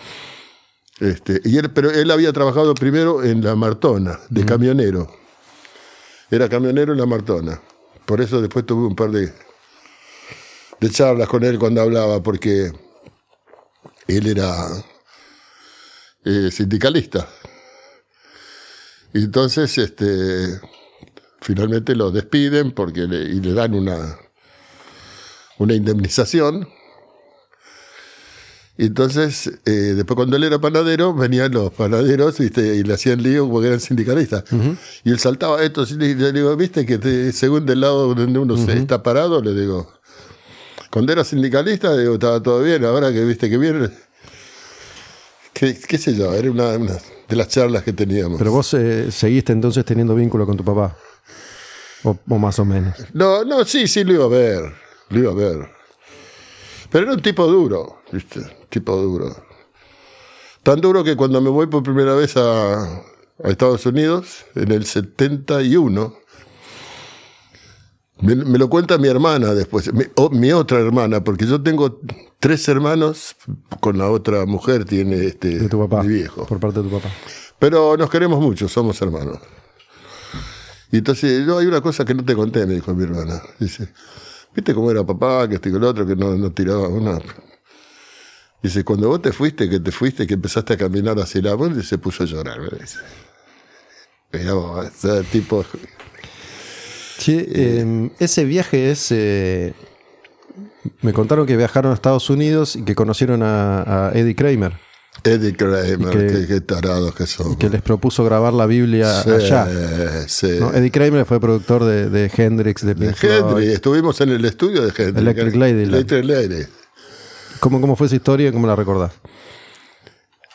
Pero él había trabajado primero en la Martona, de, uh-huh, camionero. Era camionero en la Martona. Por eso después tuve un par de charlas con él cuando hablaba, porque él era sindicalista. Y entonces finalmente lo despiden y le dan una indemnización. Y entonces, después cuando él era panadero, venían los panaderos, ¿viste? Y le hacían lío porque eran sindicalistas. Uh-huh. Y él saltaba esto, y le digo, ¿viste? Que según del lado donde uno, uh-huh, está parado, le digo, cuando era sindicalista, digo, estaba todo bien, ahora que viste que viene, qué sé yo, era una de las charlas que teníamos. Pero vos seguiste entonces teniendo vínculo con tu papá, o más o menos. No, sí, lo iba a ver. Pero era un tipo duro, ¿viste? Tipo duro. Tan duro que cuando me voy por primera vez a Estados Unidos, en el 71, me lo cuenta mi hermana después, mi otra hermana, porque yo tengo 3 hermanos, con la otra mujer tiene de tu papá, mi viejo. Por parte de tu papá. Pero nos queremos mucho, somos hermanos. Y entonces, hay una cosa que no te conté, me dijo mi hermana. Dice, ¿viste cómo era papá, que el otro, que no tiraba una? Dice, cuando vos te fuiste, que empezaste a caminar hacia la puerta, y se puso a llorar, me dice. Pero vos, ese tipo... Sí, ese viaje es... me contaron que viajaron a Estados Unidos y que conocieron a Eddie Kramer. Eddie Kramer, qué tarados que son. Y que les propuso grabar la Biblia allá. Sí. ¿No? Eddie Kramer fue productor de Hendrix, de Pink Floyd. Estuvimos en el estudio de Hendrix. Electric Lady. ¿Cómo fue esa historia? ¿Cómo la recordás?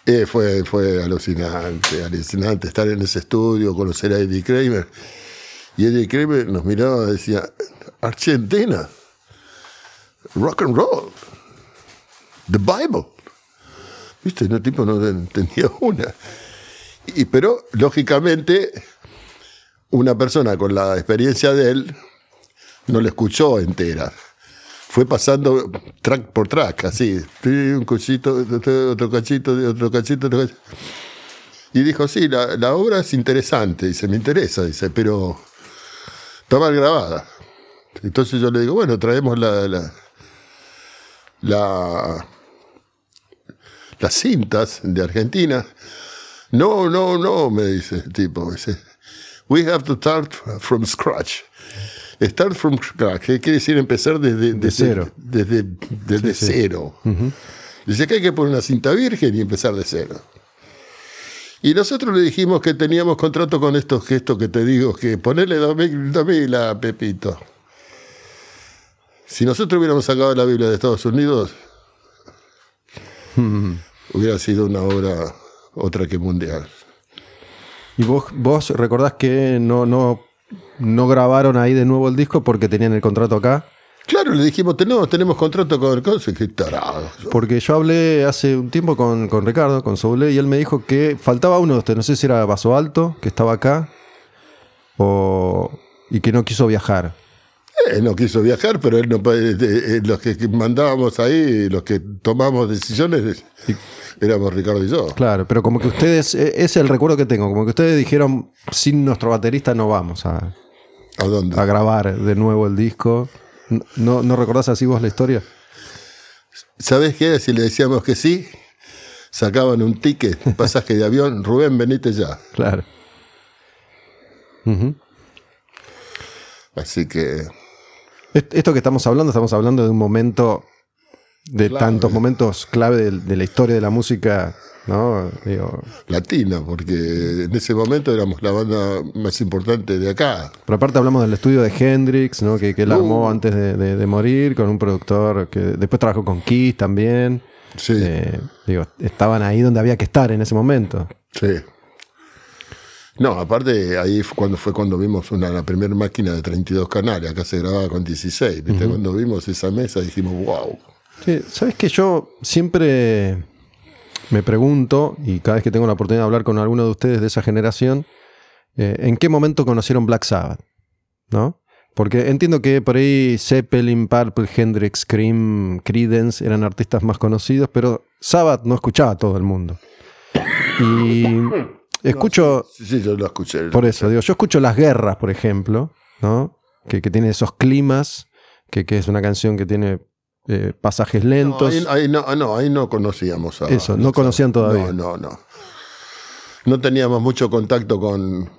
Fue alucinante estar en ese estudio, conocer a Eddie Kramer. Y Eddie Kramer nos miraba y decía, Argentina, rock and roll, the Bible. ¿Viste? El tipo no entendía una. Pero, lógicamente, una persona con la experiencia de él no la escuchó entera. Fue pasando track por track, así. Un cachito, otro cachito, otro cachito, otro cachito. Y dijo, sí, la obra es interesante. Dice, me interesa, dice, pero está mal grabada. Entonces yo le digo, bueno, traemos las cintas de Argentina. No, me dice el tipo. Dice, we have to start from scratch. Start from scratch, ¿qué quiere decir empezar desde cero? Desde Sí. cero. Uh-huh. Dice que hay que poner una cinta virgen y empezar de cero. Y nosotros le dijimos que teníamos contrato con estos gestos que te digo, que ponerle 2000 a Pepito. Si nosotros hubiéramos sacado la Biblia de Estados Unidos, hubiera sido una obra otra que mundial. ¿Y vos recordás que no grabaron ahí de nuevo el disco porque tenían el contrato acá? Claro, le dijimos, tenemos contrato con el Conce, qué tarado. Porque yo hablé hace un tiempo con Ricardo, con Soule, y él me dijo que faltaba uno de ustedes, no sé si era Vaso Alto, que estaba acá, y que no quiso viajar. No quiso viajar, pero él no, los que mandábamos ahí, los que tomamos decisiones, éramos Ricardo y yo. Claro, pero como que ustedes, es el recuerdo que tengo, como que ustedes dijeron, sin nuestro baterista no vamos ¿A dónde? a grabar de nuevo el disco. ¿No recordás así vos la historia? ¿Sabés qué? Si le decíamos que sí, sacaban un ticket, un pasaje de avión, Rubén, venite ya. Claro. Uh-huh. Así que... Esto que estamos hablando de un momento, de clave. Tantos momentos clave de la historia de la música, ¿no? Digo, latina, porque en ese momento éramos la banda más importante de acá. pero aparte hablamos del estudio de Hendrix, ¿no? Que él armó antes de morir, con un productor que después trabajó con Kiss también. Sí. Digo, estaban ahí donde había que estar en ese momento. Sí. No, aparte ahí fue cuando vimos la primera máquina de 32 canales, acá se grababa con 16, ¿viste? Uh-huh. Cuando vimos esa mesa dijimos, wow. Sí, ¿sabes qué? Yo siempre me pregunto, y cada vez que tengo la oportunidad de hablar con alguno de ustedes de esa generación, ¿en qué momento conocieron Black Sabbath? ¿No? Porque entiendo que por ahí Zeppelin, Purple, Hendrix, Cream, Creedence eran artistas más conocidos, pero Sabbath no escuchaba a todo el mundo. Y escucho... Sí, yo lo escuché. Por eso, digo, yo escucho Las Guerras, por ejemplo, ¿no? Que tiene esos climas, que es una canción que tiene pasajes lentos. Ahí no conocíamos a... Eso, no conocían todavía. No. No teníamos mucho contacto con...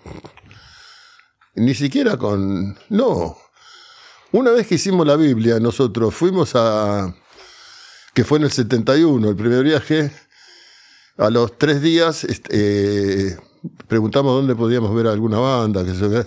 Ni siquiera con... No. Una vez que hicimos la Biblia, nosotros fuimos a... Que fue en el 71, el primer viaje. A los 3 días preguntamos dónde podíamos ver alguna banda.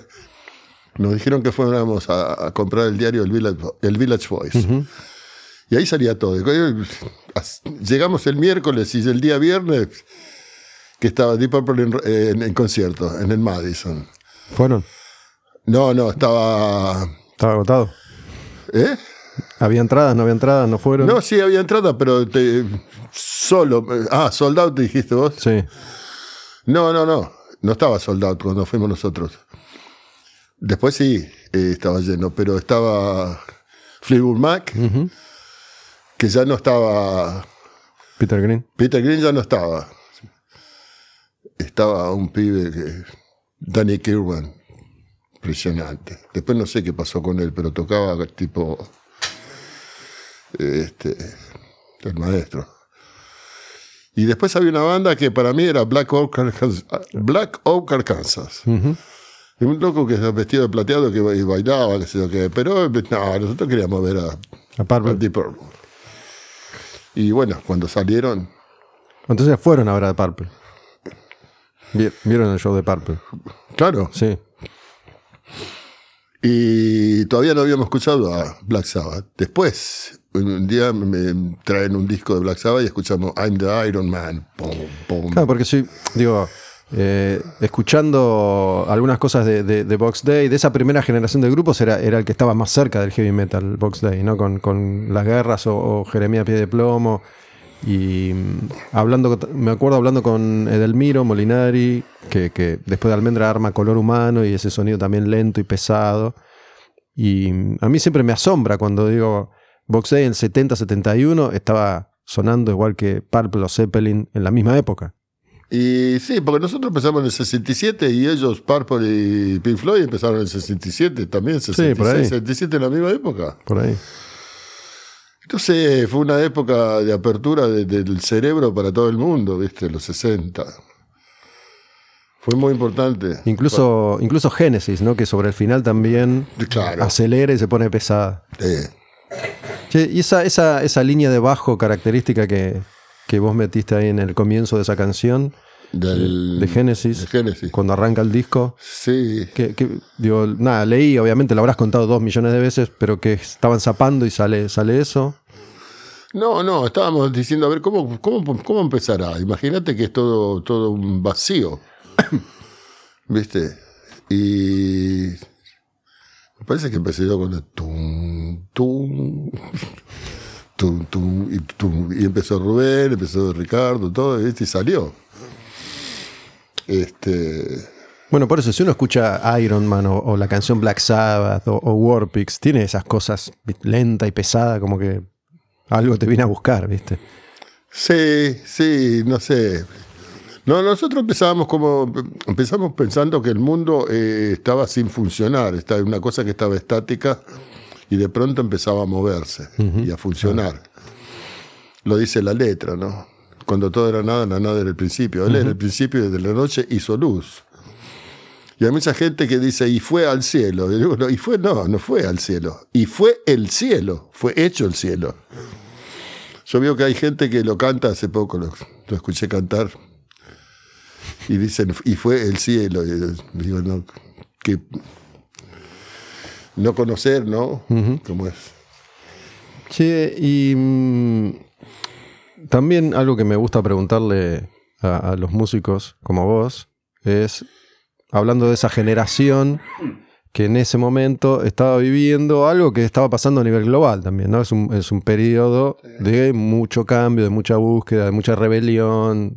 Nos dijeron que fuéramos a comprar el diario el Village Voice. Uh-huh. Y ahí salía todo. Llegamos el miércoles y el día viernes que estaba Deep Purple en concierto, en el Madison. ¿Fueron? No, estaba... ¿Estaba agotado? ¿Eh? ¿Había entradas? ¿No había entradas? ¿No fueron? No, sí, había entradas, pero solo... sold out, dijiste vos. Sí. No estaba sold out cuando fuimos nosotros. Después sí, estaba lleno, pero estaba Fleetwood Mac, uh-huh, que ya no estaba... Peter Green ya no estaba. Estaba un pibe Danny Kirwan, impresionante. Después no sé qué pasó con él, pero tocaba tipo el maestro. Y después había una banda que para mí era Black Oak, Arkansas. Uh-huh. Un loco que estaba vestido de plateado que bailaba, qué sé yo qué. Pero no, nosotros queríamos ver a Deep Purple. Y bueno, cuando salieron... Entonces fueron a ver a Purple. ¿Vieron el show de Purple? Claro. Sí. Y todavía no habíamos escuchado a Black Sabbath. Después, un día me traen un disco de Black Sabbath y escuchamos I'm the Iron Man. Pum, pum. Claro, porque sí, digo, escuchando algunas cosas de Box Day, de esa primera generación de grupos, era el que estaba más cerca del heavy metal, Box Day, ¿no? Con Las Guerras o Jeremías Pie de Plomo. Y me acuerdo hablando con Edelmiro Molinari, que después de Almendra arma Color Humano y ese sonido también lento y pesado. Y a mí siempre me asombra cuando digo Box Day en el 70-71 estaba sonando igual que Purple o Zeppelin en la misma época. Y sí, porque nosotros empezamos en el 67 y ellos, Purple y Pink Floyd, empezaron en el 67 también, 66, por ahí. 67 en la misma época. Por ahí. Entonces fue una época de apertura del cerebro para todo el mundo, ¿viste? Los 60. Fue muy importante. Incluso Genesis, ¿no? Que sobre el final también acelera y se pone pesada. Che, y esa línea de bajo característica que vos metiste ahí en el comienzo de esa canción de Genesis, cuando arranca el disco. Sí. Digo, nada, leí, obviamente lo habrás contado 2 millones de veces, pero que estaban zapando y sale eso. No, estábamos diciendo, a ver, ¿cómo empezará? Imagínate que es todo un vacío. ¿Viste? Y me parece que empecé yo con el tum, tum, tum, tum, y tum. Y empezó Rubén, empezó Ricardo, todo, ¿viste? Y salió. Bueno, por eso, si uno escucha Iron Man o la canción Black Sabbath o Warpix, tiene esas cosas lenta y pesada, como que algo te viene a buscar, ¿viste? Sí, no sé. No, nosotros empezamos pensando que el mundo estaba sin funcionar, estaba una cosa que estaba estática y de pronto empezaba a moverse y a funcionar. Lo dice la letra, ¿no? Cuando todo era nada, la nada era el principio. Él era el principio y desde la noche hizo luz. Y hay mucha gente que dice, y fue al cielo. Y digo, no fue al cielo. Y fue el cielo, fue hecho el cielo. Yo veo que hay gente que lo canta, hace poco lo escuché cantar, y dicen, y fue el cielo. Y digo, no, que no conocer, ¿no? ¿Cómo es? Che, y también algo que me gusta preguntarle a los músicos como vos es, hablando de esa generación que en ese momento estaba viviendo algo que estaba pasando a nivel global también, ¿no? Es un periodo de mucho cambio, de mucha búsqueda, de mucha rebelión.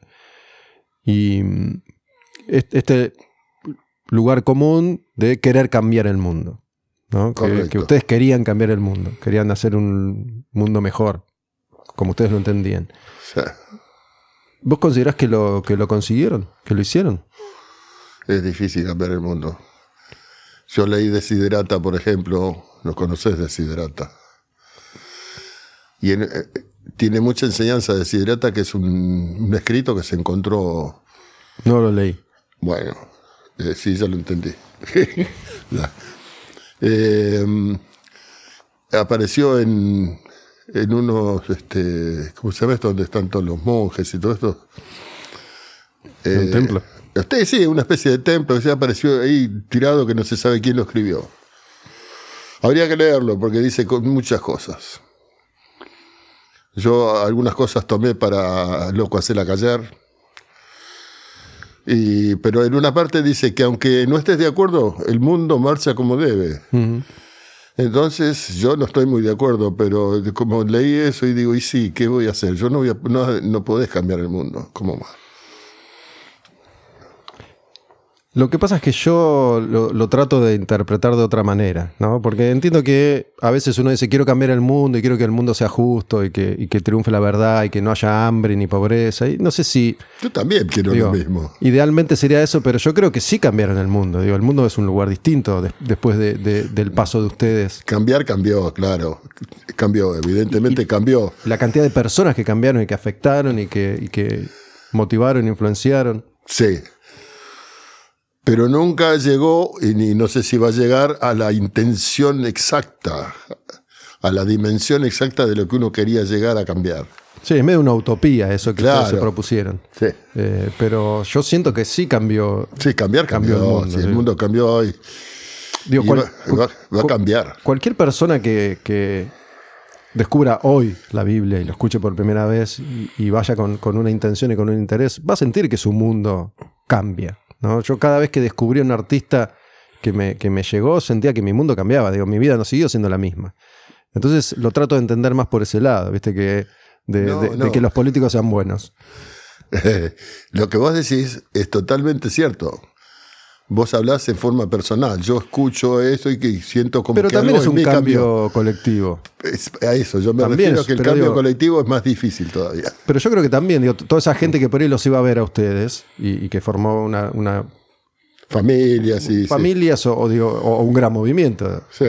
Y este lugar común de querer cambiar el mundo, ¿no? Que ustedes querían cambiar el mundo, querían hacer un mundo mejor, como ustedes lo entendían. Sí. ¿Vos considerás que lo consiguieron? ¿Que lo hicieron? Es difícil cambiar el mundo. Yo leí Desiderata, por ejemplo. ¿Lo conocés, Desiderata? Y tiene mucha enseñanza Desiderata, que es un escrito que se encontró. No lo leí. Bueno, sí, ya lo entendí. Apareció en unos, ¿cómo se llama esto? Donde están todos los monjes y todo esto. ¿Un templo? Sí, una especie de templo que se apareció ahí tirado, que no se sabe quién lo escribió. Habría que leerlo porque dice muchas cosas. Yo algunas cosas tomé para loco hacerla callar. Pero en una parte dice que aunque no estés de acuerdo, el mundo marcha como debe. Entonces yo no estoy muy de acuerdo, pero como leí eso y digo, y sí, ¿qué voy a hacer? Yo no podés cambiar el mundo. ¿Cómo más? Lo que pasa es que yo lo trato de interpretar de otra manera, ¿no? Porque entiendo que a veces uno dice, quiero cambiar el mundo y quiero que el mundo sea justo y que triunfe la verdad y que no haya hambre ni pobreza. Y no sé si... Yo también quiero lo mismo. Idealmente sería eso, pero yo creo que sí cambiaron el mundo. El mundo es un lugar distinto después del paso de ustedes. Cambió, claro. Cambió, evidentemente cambió. La cantidad de personas que cambiaron y que afectaron y que motivaron, influenciaron. Sí. Pero nunca llegó, y no sé si va a llegar, a la intención exacta, a la dimensión exacta de lo que uno quería llegar a cambiar. Sí, es medio una utopía eso que ustedes se propusieron. Sí. Pero yo siento que sí cambió. Sí, cambió el mundo. Sí, el mundo cambió hoy. Digo, va a cambiar. Cualquier persona que descubra hoy la Biblia y lo escuche por primera vez y vaya con una intención y con un interés, va a sentir que su mundo cambia, ¿no? Yo cada vez que descubrí un artista que me llegó, sentía que mi mundo cambiaba. Digo, mi vida no siguió siendo la misma. Entonces lo trato de entender más por ese lado, ¿viste? De que los políticos sean buenos. Lo que vos decís es totalmente cierto. Vos hablás en forma personal. Yo escucho eso y que siento como pero que también algo es un en mí cambio colectivo. A eso, yo me También refiero a que el pero cambio digo, colectivo es más difícil todavía. Pero yo creo que también, digo, toda esa gente que por ahí los iba a ver a ustedes y que formó una Familias, sí. familias sí. O un gran movimiento. Sí.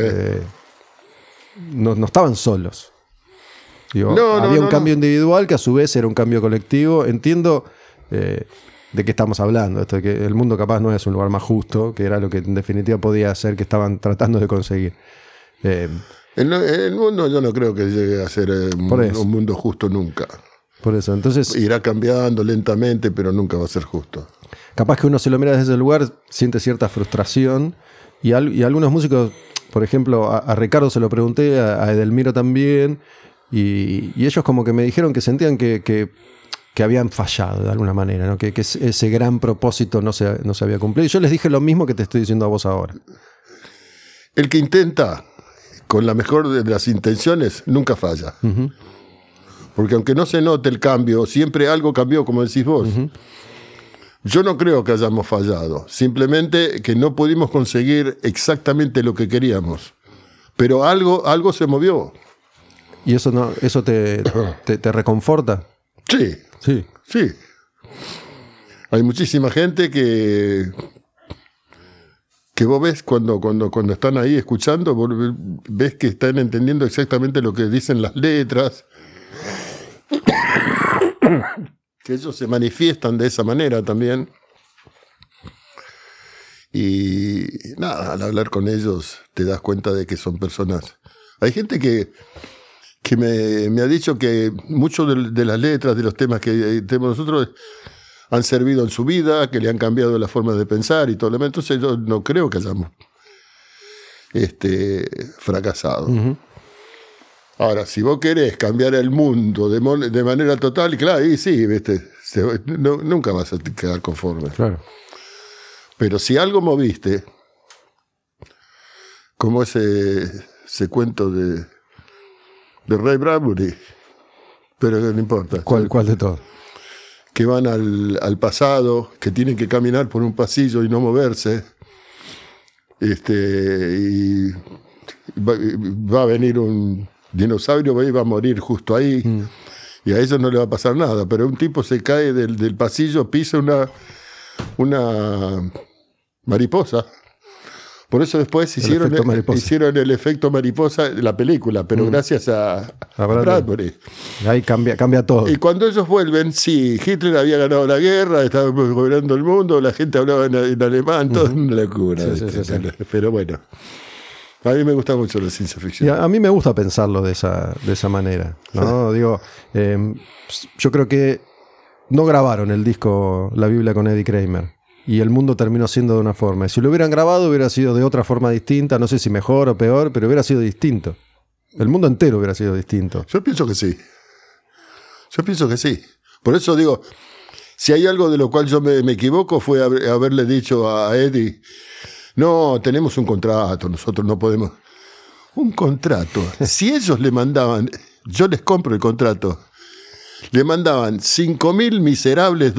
No estaban solos. Digo, No, había un cambio individual que a su vez era un cambio colectivo. Entiendo de qué estamos hablando. Esto de que el mundo capaz no es un lugar más justo, que era lo que en definitiva podía ser que estaban tratando de conseguir. El mundo yo no creo que llegue a ser un mundo justo nunca. Por eso, entonces... Irá cambiando lentamente, pero nunca va a ser justo. Capaz que uno se lo mira desde ese lugar, siente cierta frustración. Y algunos músicos, por ejemplo, a Ricardo se lo pregunté, a Edelmiro también, y ellos como que me dijeron que sentían que habían fallado de alguna manera, ¿no? Que ese gran propósito no se había cumplido. Y yo les dije lo mismo que te estoy diciendo a vos ahora. El que intenta con la mejor de las intenciones nunca falla. Uh-huh. Porque aunque no se note el cambio, siempre algo cambió, como decís vos. Uh-huh. Yo no creo que hayamos fallado, simplemente que no pudimos conseguir exactamente lo que queríamos. Pero algo se movió. ¿Y eso te reconforta? Sí. Hay muchísima gente que vos ves cuando están ahí escuchando, vos ves que están entendiendo exactamente lo que dicen las letras, que ellos se manifiestan de esa manera también. Y nada, al hablar con ellos te das cuenta de que son personas. Hay gente que me ha dicho que muchas de las letras, de los temas que tenemos nosotros, han servido en su vida, que le han cambiado la forma de pensar y todo lo demás. Entonces yo no creo que hayamos fracasado. Uh-huh. Ahora, si vos querés cambiar el mundo de manera total, claro, y sí, nunca vas a quedar conforme. Claro. Pero si algo moviste, como ese cuento de Ray Bradbury, pero no importa. ¿Cuál de todos? Que van al pasado, que tienen que caminar por un pasillo y no moverse, y va a venir un dinosaurio y va a morir justo ahí, y a ellos no le va a pasar nada, pero un tipo se cae del pasillo, pisa una mariposa. Por eso después hicieron el efecto mariposa de la película, pero gracias a Bradbury. Ahí cambia todo. Y cuando ellos vuelven, sí, Hitler había ganado la guerra, estaba gobernando el mundo, la gente hablaba en alemán, todo una locura. Sí. Pero bueno, a mí me gusta mucho la ciencia ficción. Y a mí me gusta pensarlo de esa manera, ¿no? Digo, yo creo que no grabaron el disco La Biblia con Eddie Kramer. Y el mundo terminó siendo de una forma. Y si lo hubieran grabado, hubiera sido de otra forma distinta. No sé si mejor o peor, pero hubiera sido distinto. El mundo entero hubiera sido distinto. Yo pienso que sí. Por eso digo, si hay algo de lo cual yo me equivoco, fue haberle dicho a Eddie, no, tenemos un contrato, nosotros no podemos. Un contrato. Si ellos le mandaban, yo les compro el contrato, le mandaban $5,000 miserables,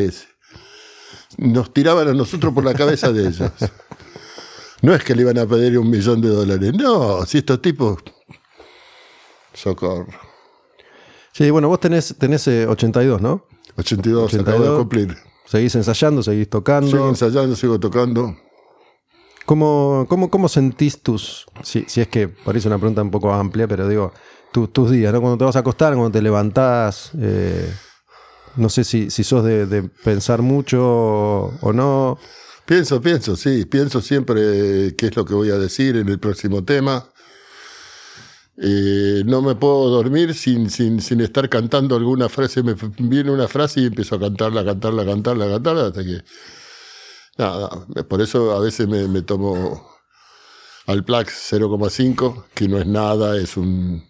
nos tiraban a nosotros por la cabeza de ellos. No es que le iban a pedir $1 millón. No, si estos tipos... Socorro. Sí, bueno, vos tenés 82, ¿no? 82, acabo de cumplir. Seguís ensayando, seguís tocando. Sigo ensayando, sigo tocando. ¿Cómo sentís si es que, parece una pregunta un poco amplia, pero digo, tus días, ¿no? Cuando te vas a acostar, cuando te levantás... No sé si sos de pensar mucho o no. Pienso, sí. Pienso siempre qué es lo que voy a decir en el próximo tema. No me puedo dormir sin estar cantando alguna frase. Me viene una frase y empiezo a cantarla hasta que... Nada, por eso a veces me tomo Alplax 0,5, que no es nada, es un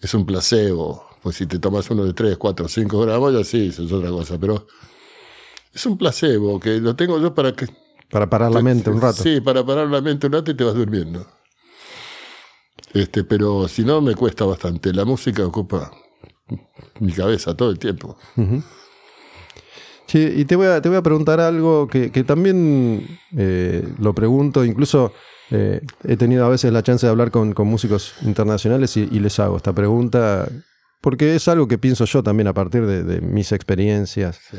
placebo. Pues si te tomas uno de 3, 4, 5 gramos, ya sí, eso es otra cosa. Pero Es un placebo que lo tengo yo para que... Para parar la mente un rato. Sí, para parar la mente un rato y te vas durmiendo. Pero si no, me cuesta bastante. La música ocupa mi cabeza todo el tiempo. Uh-huh. Sí, y te voy a preguntar algo que también lo pregunto, incluso he tenido a veces la chance de hablar con músicos internacionales y les hago esta pregunta, porque es algo que pienso yo también a partir de mis experiencias. Sí.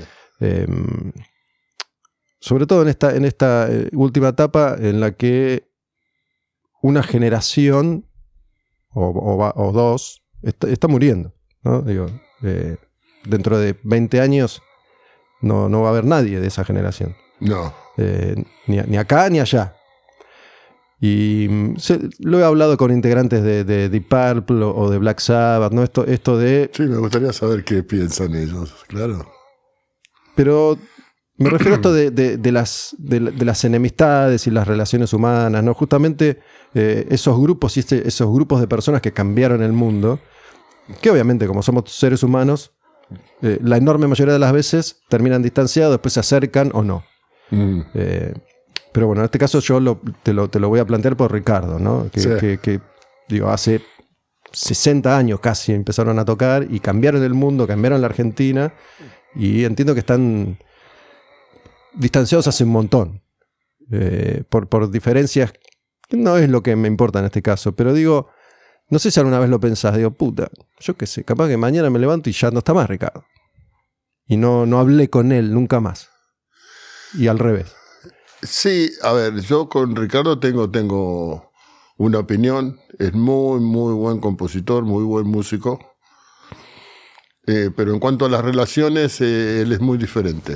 Sobre todo en esta última etapa en la que una generación o dos está muriendo, ¿no? Digo, dentro de 20 años no va a haber nadie de esa generación. No. Ni acá ni allá. Y lo he hablado con integrantes de Deep Purple o de Black Sabbath, ¿no? Esto de... Sí, me gustaría saber qué piensan ellos, claro. Pero me refiero a esto de las enemistades y las relaciones humanas, ¿no? Justamente esos grupos y esos grupos de personas que cambiaron el mundo, que obviamente como somos seres humanos, la enorme mayoría de las veces terminan distanciados, después se acercan o no. Pero bueno, en este caso yo te lo voy a plantear por Ricardo, ¿no? Que digo, hace 60 años casi empezaron a tocar y cambiaron el mundo, cambiaron la Argentina, y entiendo que están distanciados hace un montón, por diferencias que no es lo que me importa en este caso, pero digo, no sé si alguna vez lo pensás, digo, puta, yo qué sé, capaz que mañana me levanto y ya no está más Ricardo, y no hablé con él nunca más, y al revés. Sí, a ver, yo con Ricardo tengo una opinión, es muy, muy buen compositor, muy buen músico, pero en cuanto a las relaciones, él es muy diferente.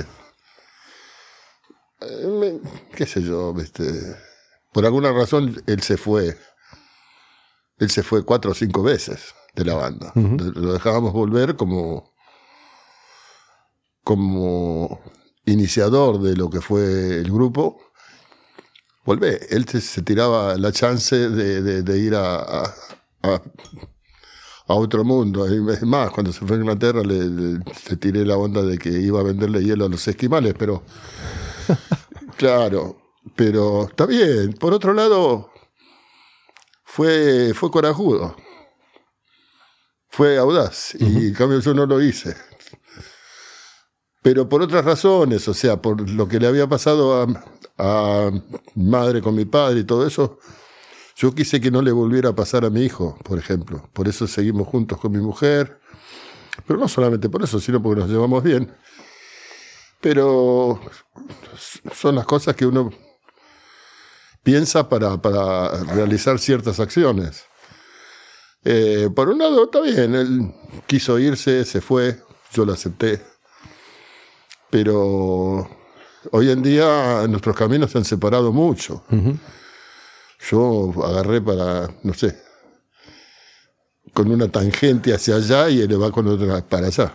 Qué sé yo, por alguna razón él se fue 4 o 5 veces de la banda. Uh-huh. Lo dejábamos volver como iniciador de lo que fue el grupo. Volvé, él se tiraba la chance de ir a otro mundo. Es más, cuando se fue a Inglaterra le tiré la onda de que iba a venderle hielo a los esquimales, pero claro, pero está bien. Por otro lado, fue corajudo, fue audaz, y en cambio yo no lo hice. Pero por otras razones, o sea, por lo que le había pasado a mi madre con mi padre y todo eso, yo quise que no le volviera a pasar a mi hijo, por ejemplo. Por eso seguimos juntos con mi mujer. Pero no solamente por eso, sino porque nos llevamos bien. Pero son las cosas que uno piensa para realizar ciertas acciones. Por un lado, está bien. Él quiso irse, se fue. Yo lo acepté. Pero hoy en día nuestros caminos se han separado mucho. Uh-huh. Yo agarré no sé, con una tangente hacia allá y él va con otra para allá.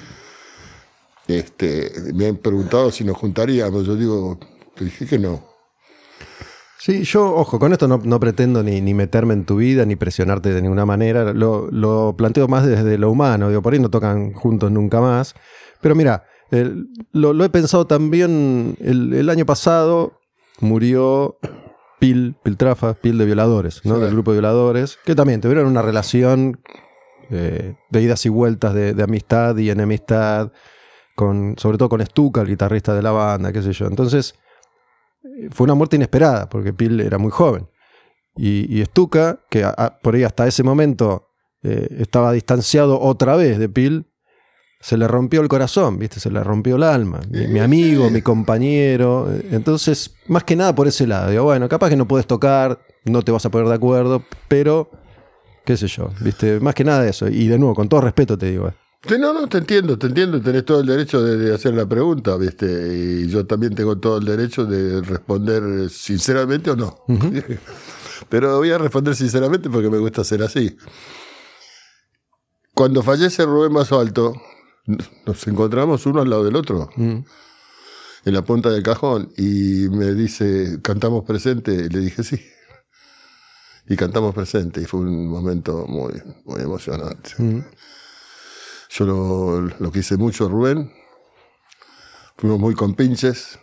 Me han preguntado si nos juntaríamos. Yo dije que no. Sí, yo, ojo, con esto no pretendo ni meterme en tu vida, ni presionarte de ninguna manera. Lo planteo más desde lo humano. Digo, por ahí no tocan juntos nunca más. Pero mira, lo he pensado también. El año pasado murió Piltrafa, Pil de Violadores, ¿no? Sí. Del grupo de Violadores, que también tuvieron una relación de idas y vueltas de amistad y enemistad, sobre todo con Stuka, el guitarrista de la banda, qué sé yo. Entonces, fue una muerte inesperada, porque Pil era muy joven. Y Stuka, que por ahí hasta ese momento estaba distanciado otra vez de Pil, se le rompió el corazón, ¿viste? Se le rompió el alma. Mi amigo, mi compañero. Entonces, más que nada por ese lado. Digo, bueno, capaz que no puedes tocar, no te vas a poner de acuerdo, pero, qué sé yo, ¿viste? Más que nada eso. Y de nuevo, con todo respeto te digo. Sí, no, te entiendo. Tenés todo el derecho de hacer la pregunta, ¿viste? Y yo también tengo todo el derecho de responder sinceramente o no. Uh-huh. Pero voy a responder sinceramente porque me gusta ser así. Cuando fallece Rubén Basualto, nos encontramos uno al lado del otro, en la punta del cajón, y me dice, ¿cantamos Presente? Y le dije sí. Y cantamos Presente, y fue un momento muy, muy emocionante. Yo lo quise mucho, Rubén. fuimos muy compinches.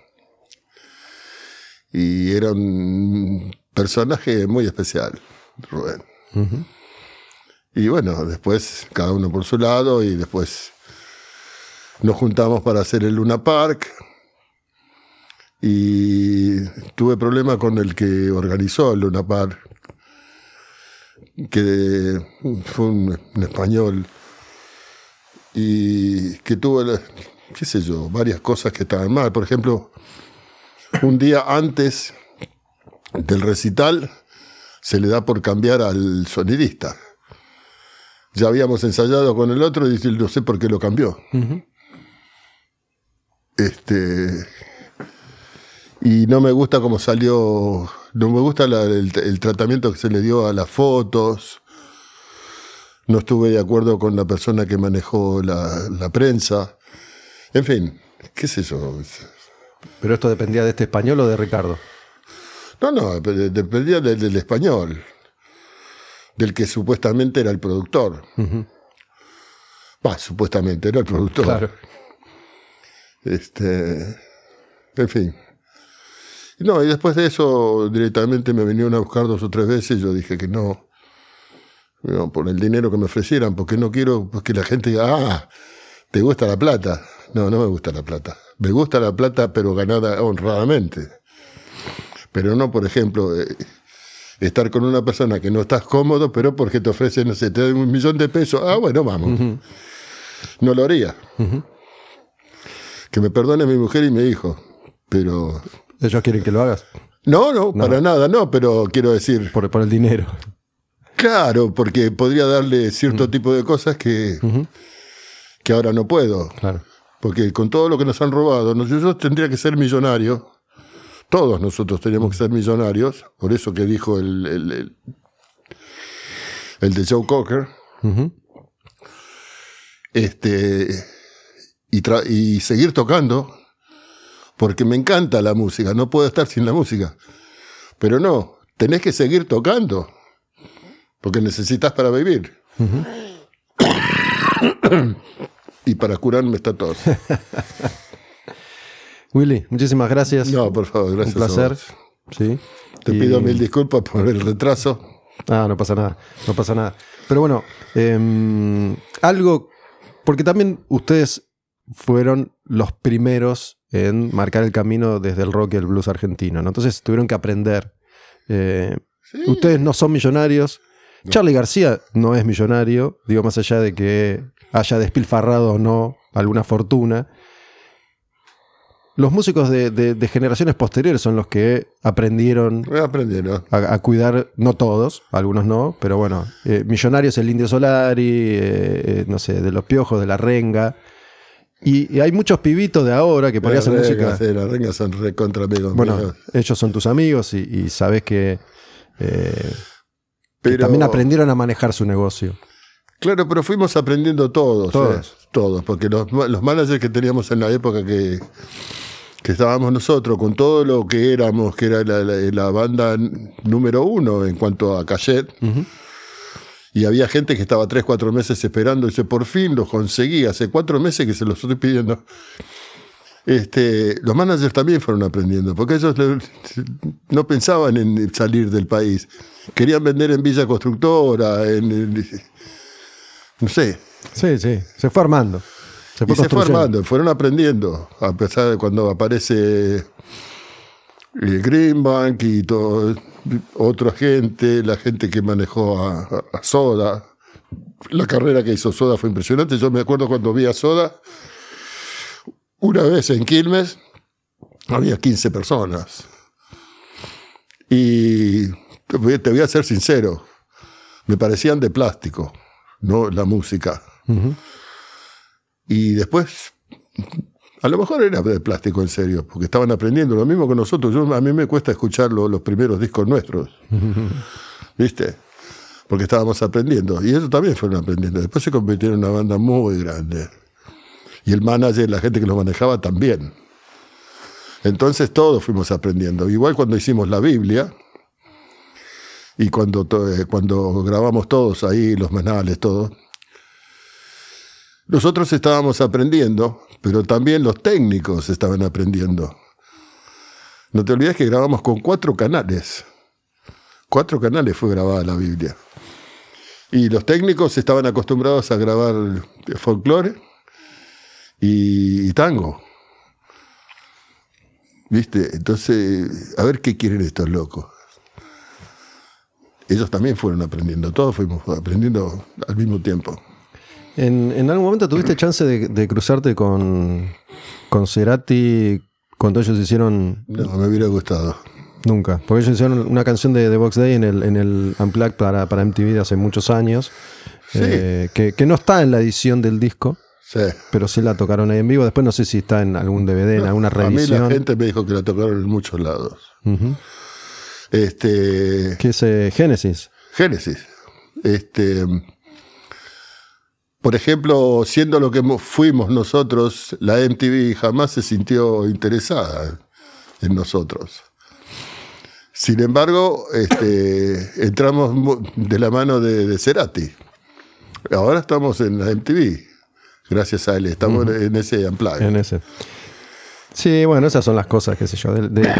Y era un personaje muy especial, Rubén. Uh-huh. Y bueno, después cada uno por su lado y después nos juntamos para hacer el Luna Park y tuve problemas con el que organizó el Luna Park, que fue un español y que tuvo, qué sé yo, varias cosas que estaban mal. Por ejemplo, un día antes del recital se le da por cambiar al sonidista. Ya habíamos ensayado con el otro y no sé por qué lo cambió. Uh-huh. Y no me gusta cómo salió, no me gusta el tratamiento que se le dio a las fotos. No estuve de acuerdo con la persona que manejó la prensa. En fin, qué sé yo. ¿Pero esto dependía de este español o de Ricardo? No, dependía del español. Del que supuestamente era el productor. Uh-huh. Supuestamente era el productor. Claro. En fin. No, y después de eso directamente me vinieron a buscar 2 o 3 veces y yo dije que no, por el dinero que me ofrecieran, porque no quiero que la gente diga, ¿te gusta la plata? No, no me gusta la plata. Me gusta la plata, pero ganada honradamente. Pero no, por ejemplo, estar con una persona que no estás cómodo, pero porque te ofrecen, no sé, te dan $1.000.000 de pesos. Bueno, vamos. Uh-huh. No lo haría. Uh-huh. Que me perdone mi mujer y mi hijo, pero... ¿Ellos quieren que lo hagas? No, para nada, no, pero quiero decir... Por el dinero. Claro, porque podría darle cierto uh-huh. tipo de cosas que ahora no puedo. Claro. Porque con todo lo que nos han robado, yo tendría que ser millonario. Todos nosotros teníamos que ser millonarios. Por eso que dijo el de Joe Cocker. Uh-huh. Y seguir tocando, porque me encanta la música, no puedo estar sin la música. Pero no, tenés que seguir tocando, porque necesitas para vivir. Uh-huh. Y para curarme esta tos. Willy, muchísimas gracias. No, por favor, gracias. Un placer. Sí. Te pido 1000 disculpas por el retraso. No pasa nada. Pero bueno, algo, porque también ustedes fueron los primeros en marcar el camino desde el rock y el blues argentino, ¿no? Entonces tuvieron que aprender. Sí. Ustedes no son millonarios. No. Charly García no es millonario, digo, más allá de que haya despilfarrado o no alguna fortuna. Los músicos de generaciones posteriores son los que aprendieron a cuidar, no todos, algunos no, pero bueno, millonarios el Indio Solari, no sé, de Los Piojos, de La Renga. Y hay muchos pibitos de ahora que por ahí hacen música. Sí, La Renga son recontra amigos. Bueno, míos. Ellos son tus amigos y sabes que también aprendieron a manejar su negocio. Claro, pero fuimos aprendiendo todos. Todos, porque los managers que teníamos en la época que estábamos nosotros, con todo lo que éramos, que era la banda número 1 en cuanto a cachet, uh-huh. Y había gente que estaba 3-4 meses esperando y dice, por fin los conseguí, hace 4 meses que se los estoy pidiendo. Los managers también fueron aprendiendo, porque ellos no pensaban en salir del país. Querían vender en Villa Constructora, no sé. Sí, se fue armando. Se fue armando, fueron aprendiendo, a pesar de cuando aparece Greenbank y todo, otra gente, la gente que manejó a Soda. La carrera que hizo Soda fue impresionante. Yo me acuerdo cuando vi a Soda, una vez en Quilmes, había 15 personas. Y te voy a ser sincero, me parecían de plástico, no la música. Uh-huh. Y después, a lo mejor era de plástico en serio, porque estaban aprendiendo lo mismo que nosotros. A mí me cuesta escuchar los primeros discos nuestros, ¿viste? Porque estábamos aprendiendo. Y ellos también fueron aprendiendo. Después se convirtieron en una banda muy grande. Y el manager, la gente que lo manejaba también. Entonces todos fuimos aprendiendo. Igual cuando hicimos la Biblia, y cuando grabamos todos ahí, los manales, todos, nosotros estábamos aprendiendo, pero también los técnicos estaban aprendiendo. No te olvides que grabamos con 4 canales. 4 canales fue grabada la Biblia. Y los técnicos estaban acostumbrados a grabar folclore y tango. ¿Viste? Entonces, a ver qué quieren estos locos. Ellos también fueron aprendiendo, todos fuimos aprendiendo al mismo tiempo. ¿En algún momento tuviste chance de cruzarte con Cerati cuando ellos hicieron...? No, me hubiera gustado. Nunca, porque ellos hicieron una canción de Box Day en el Unplugged para MTV de hace muchos años, Sí. que no está en la edición del disco, Sí. pero sí la tocaron ahí en vivo. Después no sé si está en algún DVD, en alguna revisión. A mí la gente me dijo que la tocaron en muchos lados. Uh-huh. ¿Qué es Génesis? Génesis. Por ejemplo, siendo lo que fuimos nosotros, la MTV jamás se sintió interesada en nosotros. Sin embargo, entramos de la mano de Cerati. Ahora estamos en la MTV, gracias a él. Estamos en ese Unplugged. En ese. Sí, bueno, esas son las cosas, qué sé yo, de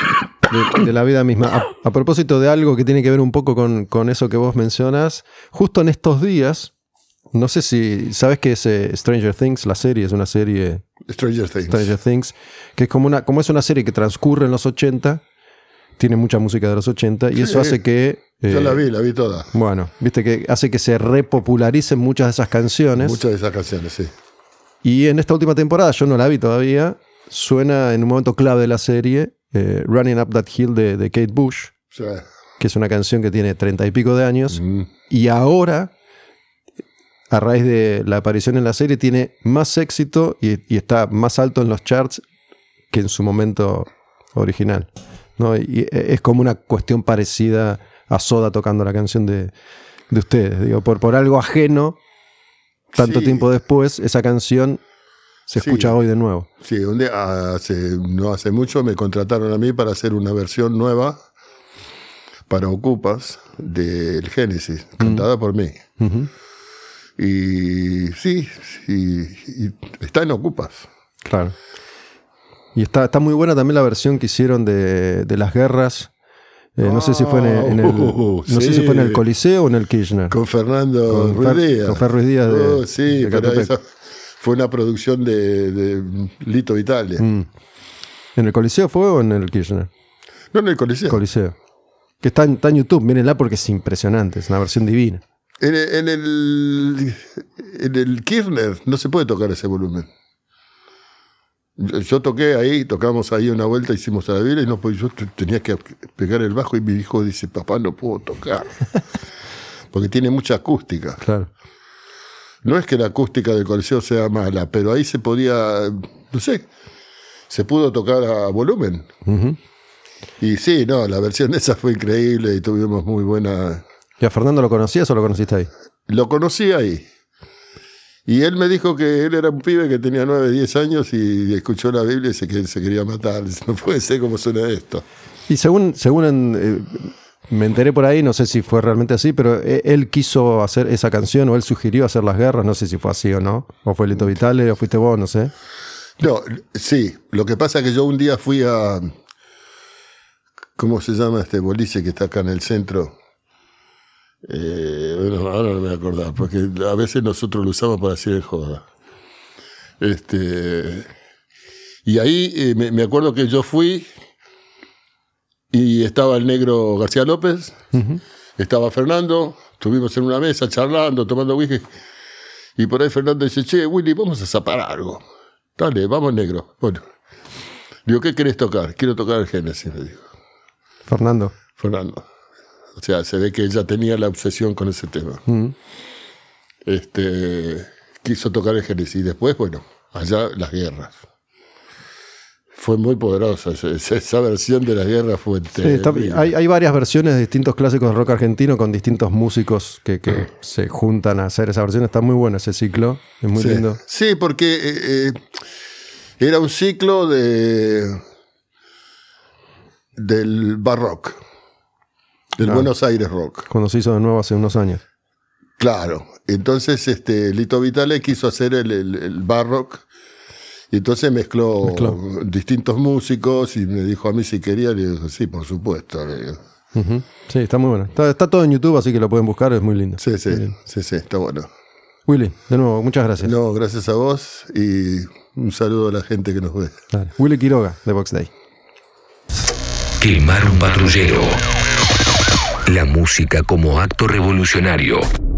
la vida misma. A propósito de algo que tiene que ver un poco con eso que vos mencionas, justo en estos días, no sé si sabes qué es Stranger Things, la serie, es una serie... Stranger Things, que es como es una serie que transcurre en los 80, tiene mucha música de los 80, y sí, eso hace que... yo la vi toda. Bueno, viste que hace que se repopularicen muchas de esas canciones. Muchas de esas canciones, sí. Y en esta última temporada, yo no la vi todavía, suena en un momento clave de la serie Running Up That Hill de Kate Bush, Sí. que es una canción que tiene 30 y pico de años, y ahora, a raíz de la aparición en la serie, tiene más éxito y está más alto en los charts que en su momento original, ¿no? Y es como una cuestión parecida a Soda tocando la canción de ustedes. Digo, por algo ajeno, tanto Sí. tiempo después, esa canción se escucha hoy de nuevo. Sí, no hace mucho me contrataron a mí para hacer una versión nueva para Ocupas del Génesis, cantada por mí. Uh-huh. Y sí, y está en Ocupas. Claro. Y está muy buena también la versión que hicieron de las guerras. No sé si fue no sí. sé si fue en el Coliseo o en el Kirchner. Con Fernando Ruiz Díaz. Con Fer Ruiz Díaz sí, de pero Catepec. esa fue una producción de Lito Vitale. ¿En el Coliseo fue o en el Kirchner? No, en el Coliseo. Coliseo. Que está en YouTube, mírenla porque es impresionante, es una versión divina. En el Kirchner no se puede tocar ese volumen. Yo toqué ahí, tocamos ahí una vuelta, hicimos a la Biblia y no podía, yo tenía que pegar el bajo y mi hijo dice, papá, no puedo tocar. Porque tiene mucha acústica. Claro. No es que la acústica del Coliseo sea mala, pero ahí se podía, no sé, se pudo tocar a volumen. Uh-huh. Y sí, no, la versión esa fue increíble y tuvimos muy buena... ¿Y a Fernando lo conocías o lo conociste ahí? Lo conocí ahí. Y él me dijo que él era un pibe que tenía 9, 10 años y escuchó la Biblia y se quería matar. Dice, no puede ser como suena esto. Y según me enteré por ahí, no sé si fue realmente así, pero él quiso hacer esa canción o él sugirió hacer las guerras, no sé si fue así o no. O fue Lito Vitale o fuiste vos, no sé. No, sí. Lo que pasa es que yo un día fui a... ¿Cómo se llama este boliche que está acá en el centro? Bueno, ahora no me voy a acordar, porque a veces nosotros lo usamos para hacer el joda. Y ahí me acuerdo que yo fui y estaba el negro García López, estaba Fernando, estuvimos en una mesa charlando, tomando whisky, y por ahí Fernando dice, che, Willy, vamos a zapar algo. Dale, vamos, negro. Bueno, digo, ¿qué querés tocar? Quiero tocar el Génesis, me dijo. Fernando. O sea, se ve que ella tenía la obsesión con ese tema. Quiso tocar el Génesis. Y después, bueno, allá las guerras. Fue muy poderosa. Esa versión de las guerras fue terrible. Hay varias versiones de distintos clásicos de rock argentino con distintos músicos que se juntan a hacer esa versión. Está muy bueno ese ciclo. Es muy lindo. Sí, porque era un ciclo del barrock. Del Buenos Aires Rock. Cuando se hizo de nuevo hace unos años. Claro. Entonces Lito Vitale quiso hacer el barrock Y entonces mezcló distintos músicos y me dijo a mí si quería. Le dije, sí, por supuesto. Le digo. Uh-huh. Sí, está muy bueno. Está todo en YouTube, así que lo pueden buscar, es muy lindo. Sí, está bueno. Willy, de nuevo, muchas gracias. No, gracias a vos y un saludo a la gente que nos ve. Dale. Willy Quiroga, de Box Day. Quemar un patrullero. La música como acto revolucionario.